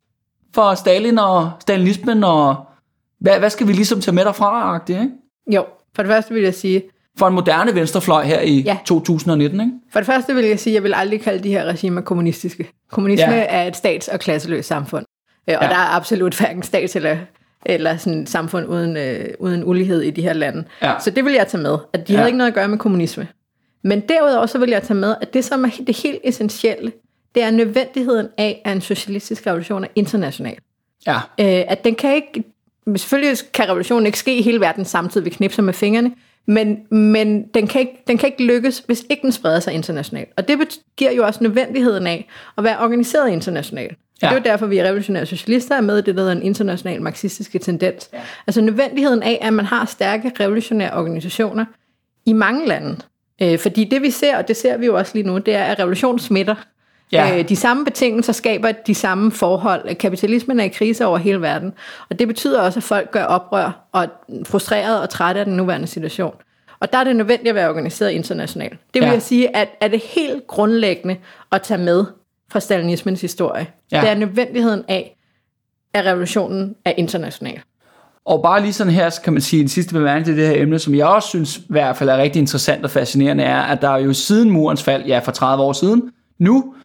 Speaker 1: for Stalin og stalinismen, og hvad, hvad skal vi ligesom tage med derfra, ikke?
Speaker 2: Jo, for det første vil jeg sige...
Speaker 1: For en moderne venstrefløj her i ja. to tusind nitten, ikke?
Speaker 2: For det første vil jeg sige, at jeg vil aldrig kalde de her regimer kommunistiske. Kommunisme
Speaker 1: Ja.
Speaker 2: er et stats- og klasseløst samfund. Og
Speaker 1: Ja.
Speaker 2: der er absolut hverken stats- eller, eller sådan et samfund uden, øh, uden ulighed i de her lande.
Speaker 1: Ja.
Speaker 2: Så det vil jeg tage med, at de
Speaker 1: Ja.
Speaker 2: havde ikke noget at gøre med kommunisme. Men derudover så vil jeg tage med, at det som er det helt essentielle, det er nødvendigheden af, at en socialistisk revolution er international.
Speaker 1: Ja.
Speaker 2: Øh, at den kan ikke, selvfølgelig kan revolutionen ikke ske i hele verden samtidig, vi knipser med fingrene, men, men den, kan ikke, den kan ikke lykkes, hvis ikke den spreder sig internationalt. Og det giver jo også nødvendigheden af at være organiseret internationalt. Ja. Det er jo derfor, vi er revolutionære socialister er med i det, der hedder en international marxistiske tendens. Ja. Altså nødvendigheden af, at man har stærke revolutionære organisationer i mange lande. Øh, fordi det vi ser, og det ser vi jo også lige nu, det er, at revolution smitter. Ja. Øh, de samme betingelser skaber de samme forhold. Kapitalismen er i krise over hele verden, og det betyder også, at folk gør oprør og er frustrerede og trætte af den nuværende situation. Og der er det nødvendigt at være organiseret internationalt. Det vil
Speaker 1: Ja.
Speaker 2: jeg sige, at er det helt grundlæggende at tage med fra stalinismens historie.
Speaker 1: Ja.
Speaker 2: Det er nødvendigheden af, at revolutionen er international.
Speaker 1: Og bare lige sådan her, så kan man sige en sidste bemærkning til det her emne, som jeg også synes i hvert fald er rigtig interessant og fascinerende, er, at der jo siden murens fald, ja for tredive år siden, nu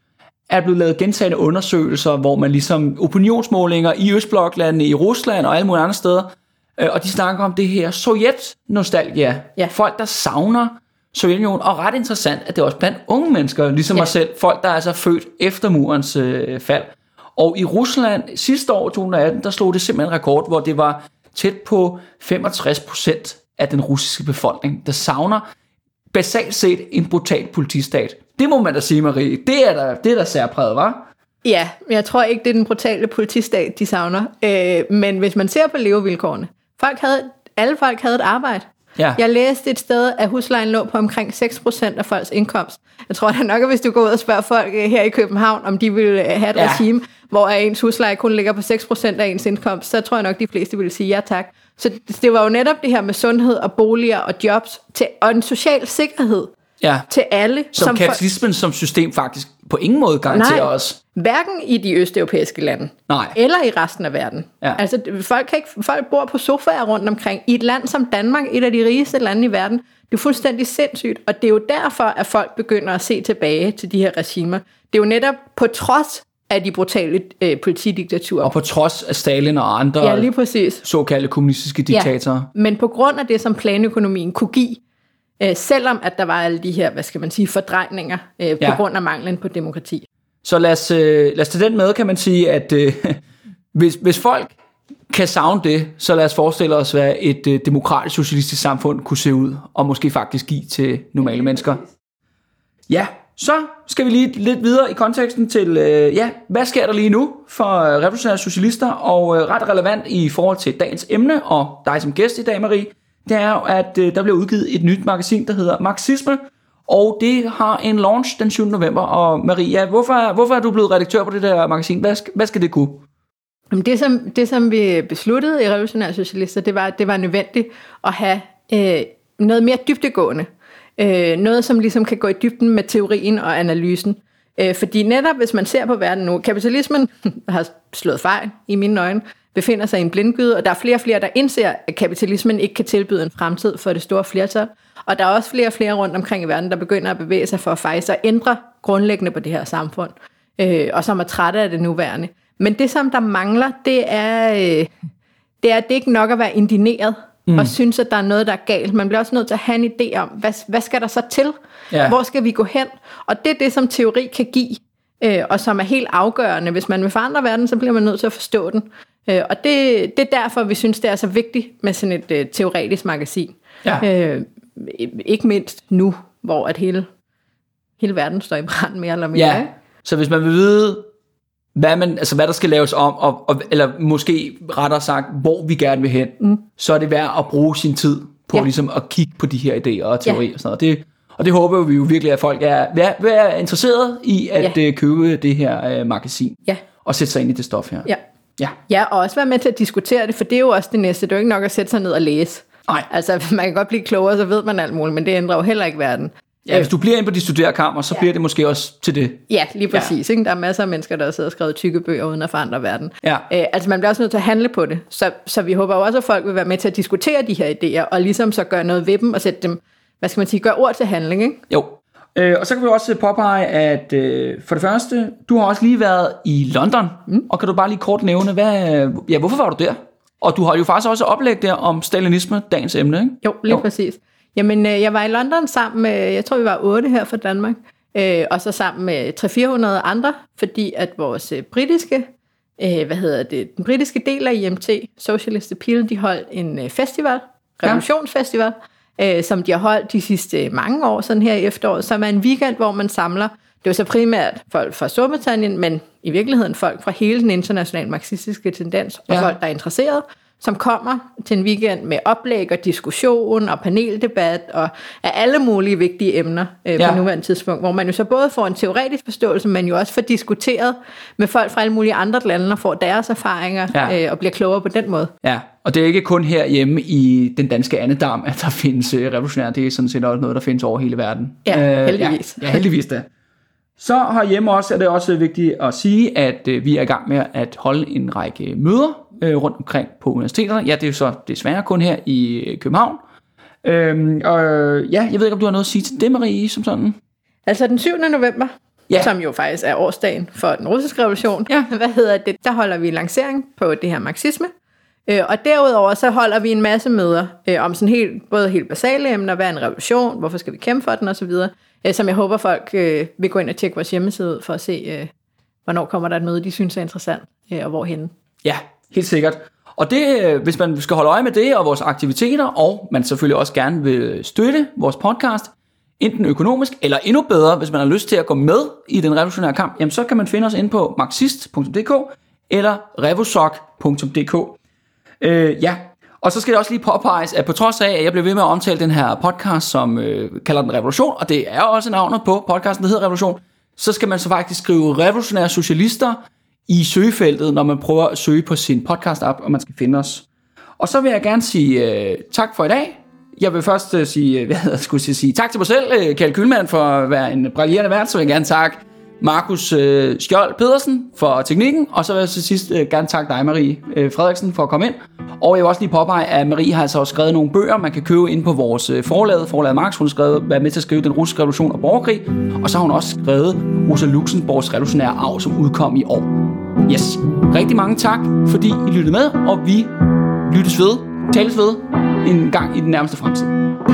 Speaker 1: er blevet lavet gentagne undersøgelser, hvor man ligesom opinionsmålinger i Østbloklandene, i Rusland og alle mulige andre steder, øh, og de snakker om det her Sovjet-nostalgia.
Speaker 2: Ja.
Speaker 1: Folk, der savner Sovjetunionen, og ret interessant, at det er også blandt unge mennesker, ligesom ja. mig selv, folk, der er altså født efter murens øh, fald. Og i Rusland sidste år, to tusind og atten, der slog det simpelthen rekord, hvor det var tæt på femogtres procent af den russiske befolkning, der savner basalt set en brutal politistat. Det må man da sige, Marie. Det er da, det er da særpræget, hva'?
Speaker 2: Ja, jeg tror ikke, det er den brutale politistat, de savner. Øh, men hvis man ser på levevilkårene, folk havde, alle folk havde et arbejde.
Speaker 1: Ja.
Speaker 2: Jeg læste et sted, at huslejen lå på omkring seks procent af folks indkomst. Jeg tror da nok, at hvis du går ud og spørger folk her i København, om de vil have et ja. regime, hvor ens husleje kun ligger på seks procent af ens indkomst, så tror jeg nok, at de fleste vil sige ja tak. Så det var jo netop det her med sundhed og boliger og jobs til, og en social sikkerhed
Speaker 1: ja.
Speaker 2: til alle.
Speaker 1: Som, som kapitalismen for... som system faktisk på ingen måde garanterer os.
Speaker 2: Hverken i de østeuropæiske lande,
Speaker 1: Nej.
Speaker 2: eller i resten af verden. Ja. Altså, folk, kan ikke, folk bor på sofaer rundt omkring. I et land som Danmark, et af de rigeste lande i verden, det er fuldstændig sindssygt. Og det er jo derfor, at folk begynder at se tilbage til de her regimer. Det er jo netop på trods af de brutale øh, politidiktaturer.
Speaker 1: Og på trods af Stalin og andre
Speaker 2: ja, lige præcis.
Speaker 1: såkaldte kommunistiske diktatorer.
Speaker 2: Ja. Men på grund af det, som planøkonomien kunne give, øh, selvom at der var alle de her, hvad skal man sige, fordrejninger øh, ja. på grund af manglen på demokrati.
Speaker 1: Så lad os, øh, lad os tage den med, kan man sige, at øh, hvis, hvis folk kan savne det, så lad os forestille os, hvad et øh, demokratisk socialistisk samfund kunne se ud, og måske faktisk give til normale mennesker. Ja, så skal vi lige lidt videre i konteksten til, øh, ja, hvad sker der lige nu for øh, revolutionære socialister, og øh, ret relevant i forhold til dagens emne, og dig som gæst i dag, Marie, det er jo, at øh, der bliver udgivet et nyt magasin, der hedder Marxisme, og det har en launch den syvende november. Og Maria, hvorfor, hvorfor er du blevet redaktør på det der magasin? Hvad skal, hvad skal det kunne?
Speaker 2: Det som, det, som vi besluttede i Revolutionære Socialister, det var, at det var nødvendigt at have øh, noget mere dybdegående. Øh, noget, som ligesom kan gå i dybden med teorien og analysen. Øh, fordi netop, hvis man ser på verden nu, kapitalismen har slået fejl i mine øjne, befinder sig i en blindgyde, og der er flere og flere, der indser, at kapitalismen ikke kan tilbyde en fremtid for det store flertal. Og der er også flere og flere rundt omkring i verden, der begynder at bevæge sig for at faktisk at ændre grundlæggende på det her samfund, øh, og som er trætte af det nuværende. Men det, som der mangler, det er, øh, det er, at det ikke nok at være indigneret, mm. og synes, at der er noget, der er galt. Man bliver også nødt til at have en idé om, hvad, hvad skal der så til? Ja. Hvor skal vi gå hen? Og det er det, som teori kan give, øh, og som er helt afgørende. Hvis man vil forandre verden, så bliver man nødt til at forstå den. Øh, og det, det er derfor, vi synes, det er så vigtigt med sådan et øh, teoretisk magasin. Ja. Øh, ikke mindst nu, hvor at hele, hele verden står i brand mere eller mere.
Speaker 1: Ja. Så hvis man vil vide, hvad, man, altså hvad der skal laves om, og, og, eller måske rettere sagt, hvor vi gerne vil hen, mm. så er det værd at bruge sin tid på ja. ligesom at kigge på de her idéer og teorier ja. og sådan noget. Det, og det håber vi jo virkelig, at folk er, er, er interesseret i at ja. købe det her uh, magasin ja. og sætte sig ind i det stof her.
Speaker 2: Ja. Ja. ja, og også være med til at diskutere det, for det er jo også det næste. Det er jo ikke nok at sætte sig ned og læse. Nej. Altså, man kan godt blive klogere, så ved man alt muligt, men det ændrer jo heller ikke verden.
Speaker 1: Ja, hvis du bliver inde på de studerekammer, så ja. bliver det måske også til det.
Speaker 2: Ja, lige præcis. Ja. Ikke? Der er masser af mennesker, der har siddet og skrevet tykke bøger uden at forandre verden.
Speaker 1: Ja.
Speaker 2: Æ, altså, man bliver også nødt til at handle på det. Så, så vi håber jo også, at folk vil være med til at diskutere de her idéer, og ligesom så gøre noget ved dem, og sætte dem, hvad skal man sige, gøre ord til handling, ikke?
Speaker 1: Jo. Øh, og så kan vi også påpege, at øh, for det første, du har også lige været i London, mm. og kan du bare lige kort nævne, hvad, ja, hvorfor var du der? Og du har jo faktisk også oplæg der om stalinisme, dagens emne, ikke?
Speaker 2: Jo, lige jo. præcis. Jamen, øh, jeg var i London sammen med, jeg tror vi var otte her fra Danmark, øh, og så sammen med tre til fire hundrede andre, fordi at vores øh, britiske, øh, hvad hedder det, den britiske del af I M T, Socialist Appeal, de holdt en øh, festival, revolutionsfestival, ja. øh, som de har holdt de sidste mange år, sådan her i efteråret, som er en weekend, hvor man samler, det var så primært folk fra Storbritannien, men i virkeligheden folk fra hele den internationale marxistiske tendens, og ja. folk, der er interesseret, som kommer til en weekend med oplæg og diskussion og paneldebat og af alle mulige vigtige emner øh, ja. på nuværende tidspunkt, hvor man jo så både får en teoretisk forståelse, men jo også får diskuteret med folk fra alle mulige andre lande og får deres erfaringer ja. øh, og bliver klogere på den måde.
Speaker 1: Ja, og det er ikke kun herhjemme i den danske andedam, at der findes øh, revolutionære, det er sådan set også noget, der findes over hele verden.
Speaker 2: Ja, heldigvis.
Speaker 1: Øh, ja, ja, heldigvis da. Så herhjemme også er det også vigtigt at sige, at øh, vi er i gang med at holde en række møder øh, rundt omkring på universiteterne. Ja, det er jo så desværre kun her i København. Øhm, og ja, jeg ved ikke, om du har noget at sige til det, Marie, som sådan?
Speaker 2: Altså den syvende november, ja. som jo faktisk er årsdagen for den russiske revolution.
Speaker 1: Ja.
Speaker 2: Hvad hedder det? Der holder vi lancering på det her marxisme. Øh, og derudover så holder vi en masse møder øh, om sådan helt, både helt basale emner, hvad er en revolution, hvorfor skal vi kæmpe for den osv., øh, som jeg håber folk øh, vil gå ind og tjekke vores hjemmeside ud for at se, øh, hvornår kommer der et møde, de synes er interessant, øh, og hvorhenne.
Speaker 1: Ja, helt sikkert. Og det, hvis man skal holde øje med det og vores aktiviteter, og man selvfølgelig også gerne vil støtte vores podcast, enten økonomisk eller endnu bedre, hvis man har lyst til at gå med i den revolutionære kamp, jamen så kan man finde os inde på marxist punktum d k eller revosoc punktum d k. Øh, ja, og så skal det også lige påpeges, at på trods af, at jeg blev ved med at omtale den her podcast, som øh, kalder den Revolution, og det er også navnet på podcasten, der hedder Revolution, så skal man så faktisk skrive revolutionære socialister i søgefeltet, når man prøver at søge på sin podcast-app, og man skal finde os. Og så vil jeg gerne sige øh, tak for i dag. Jeg vil først øh, sige, hvad jeg skulle sige, sige tak til mig selv, øh, Kjeld Kühlmann, for at være en brillerende vært, så vil jeg gerne takke Markus øh, Skjold Pedersen for teknikken, og så vil jeg til sidst øh, gerne takke dig, Marie øh, Frederiksen, for at komme ind. Og jeg vil også lige påpege, at Marie har altså også skrevet nogle bøger, man kan købe ind på vores øh, forlag, forlaget Marx. Hun har skrevet, været med til at skrive Den russiske revolution og borgerkrig, og så har hun også skrevet Rosa Luxemburgs revolutionære arv, som udkom i år. Yes, rigtig mange tak, fordi I lyttede med, og vi lyttes ved, tales ved en gang i den nærmeste fremtid.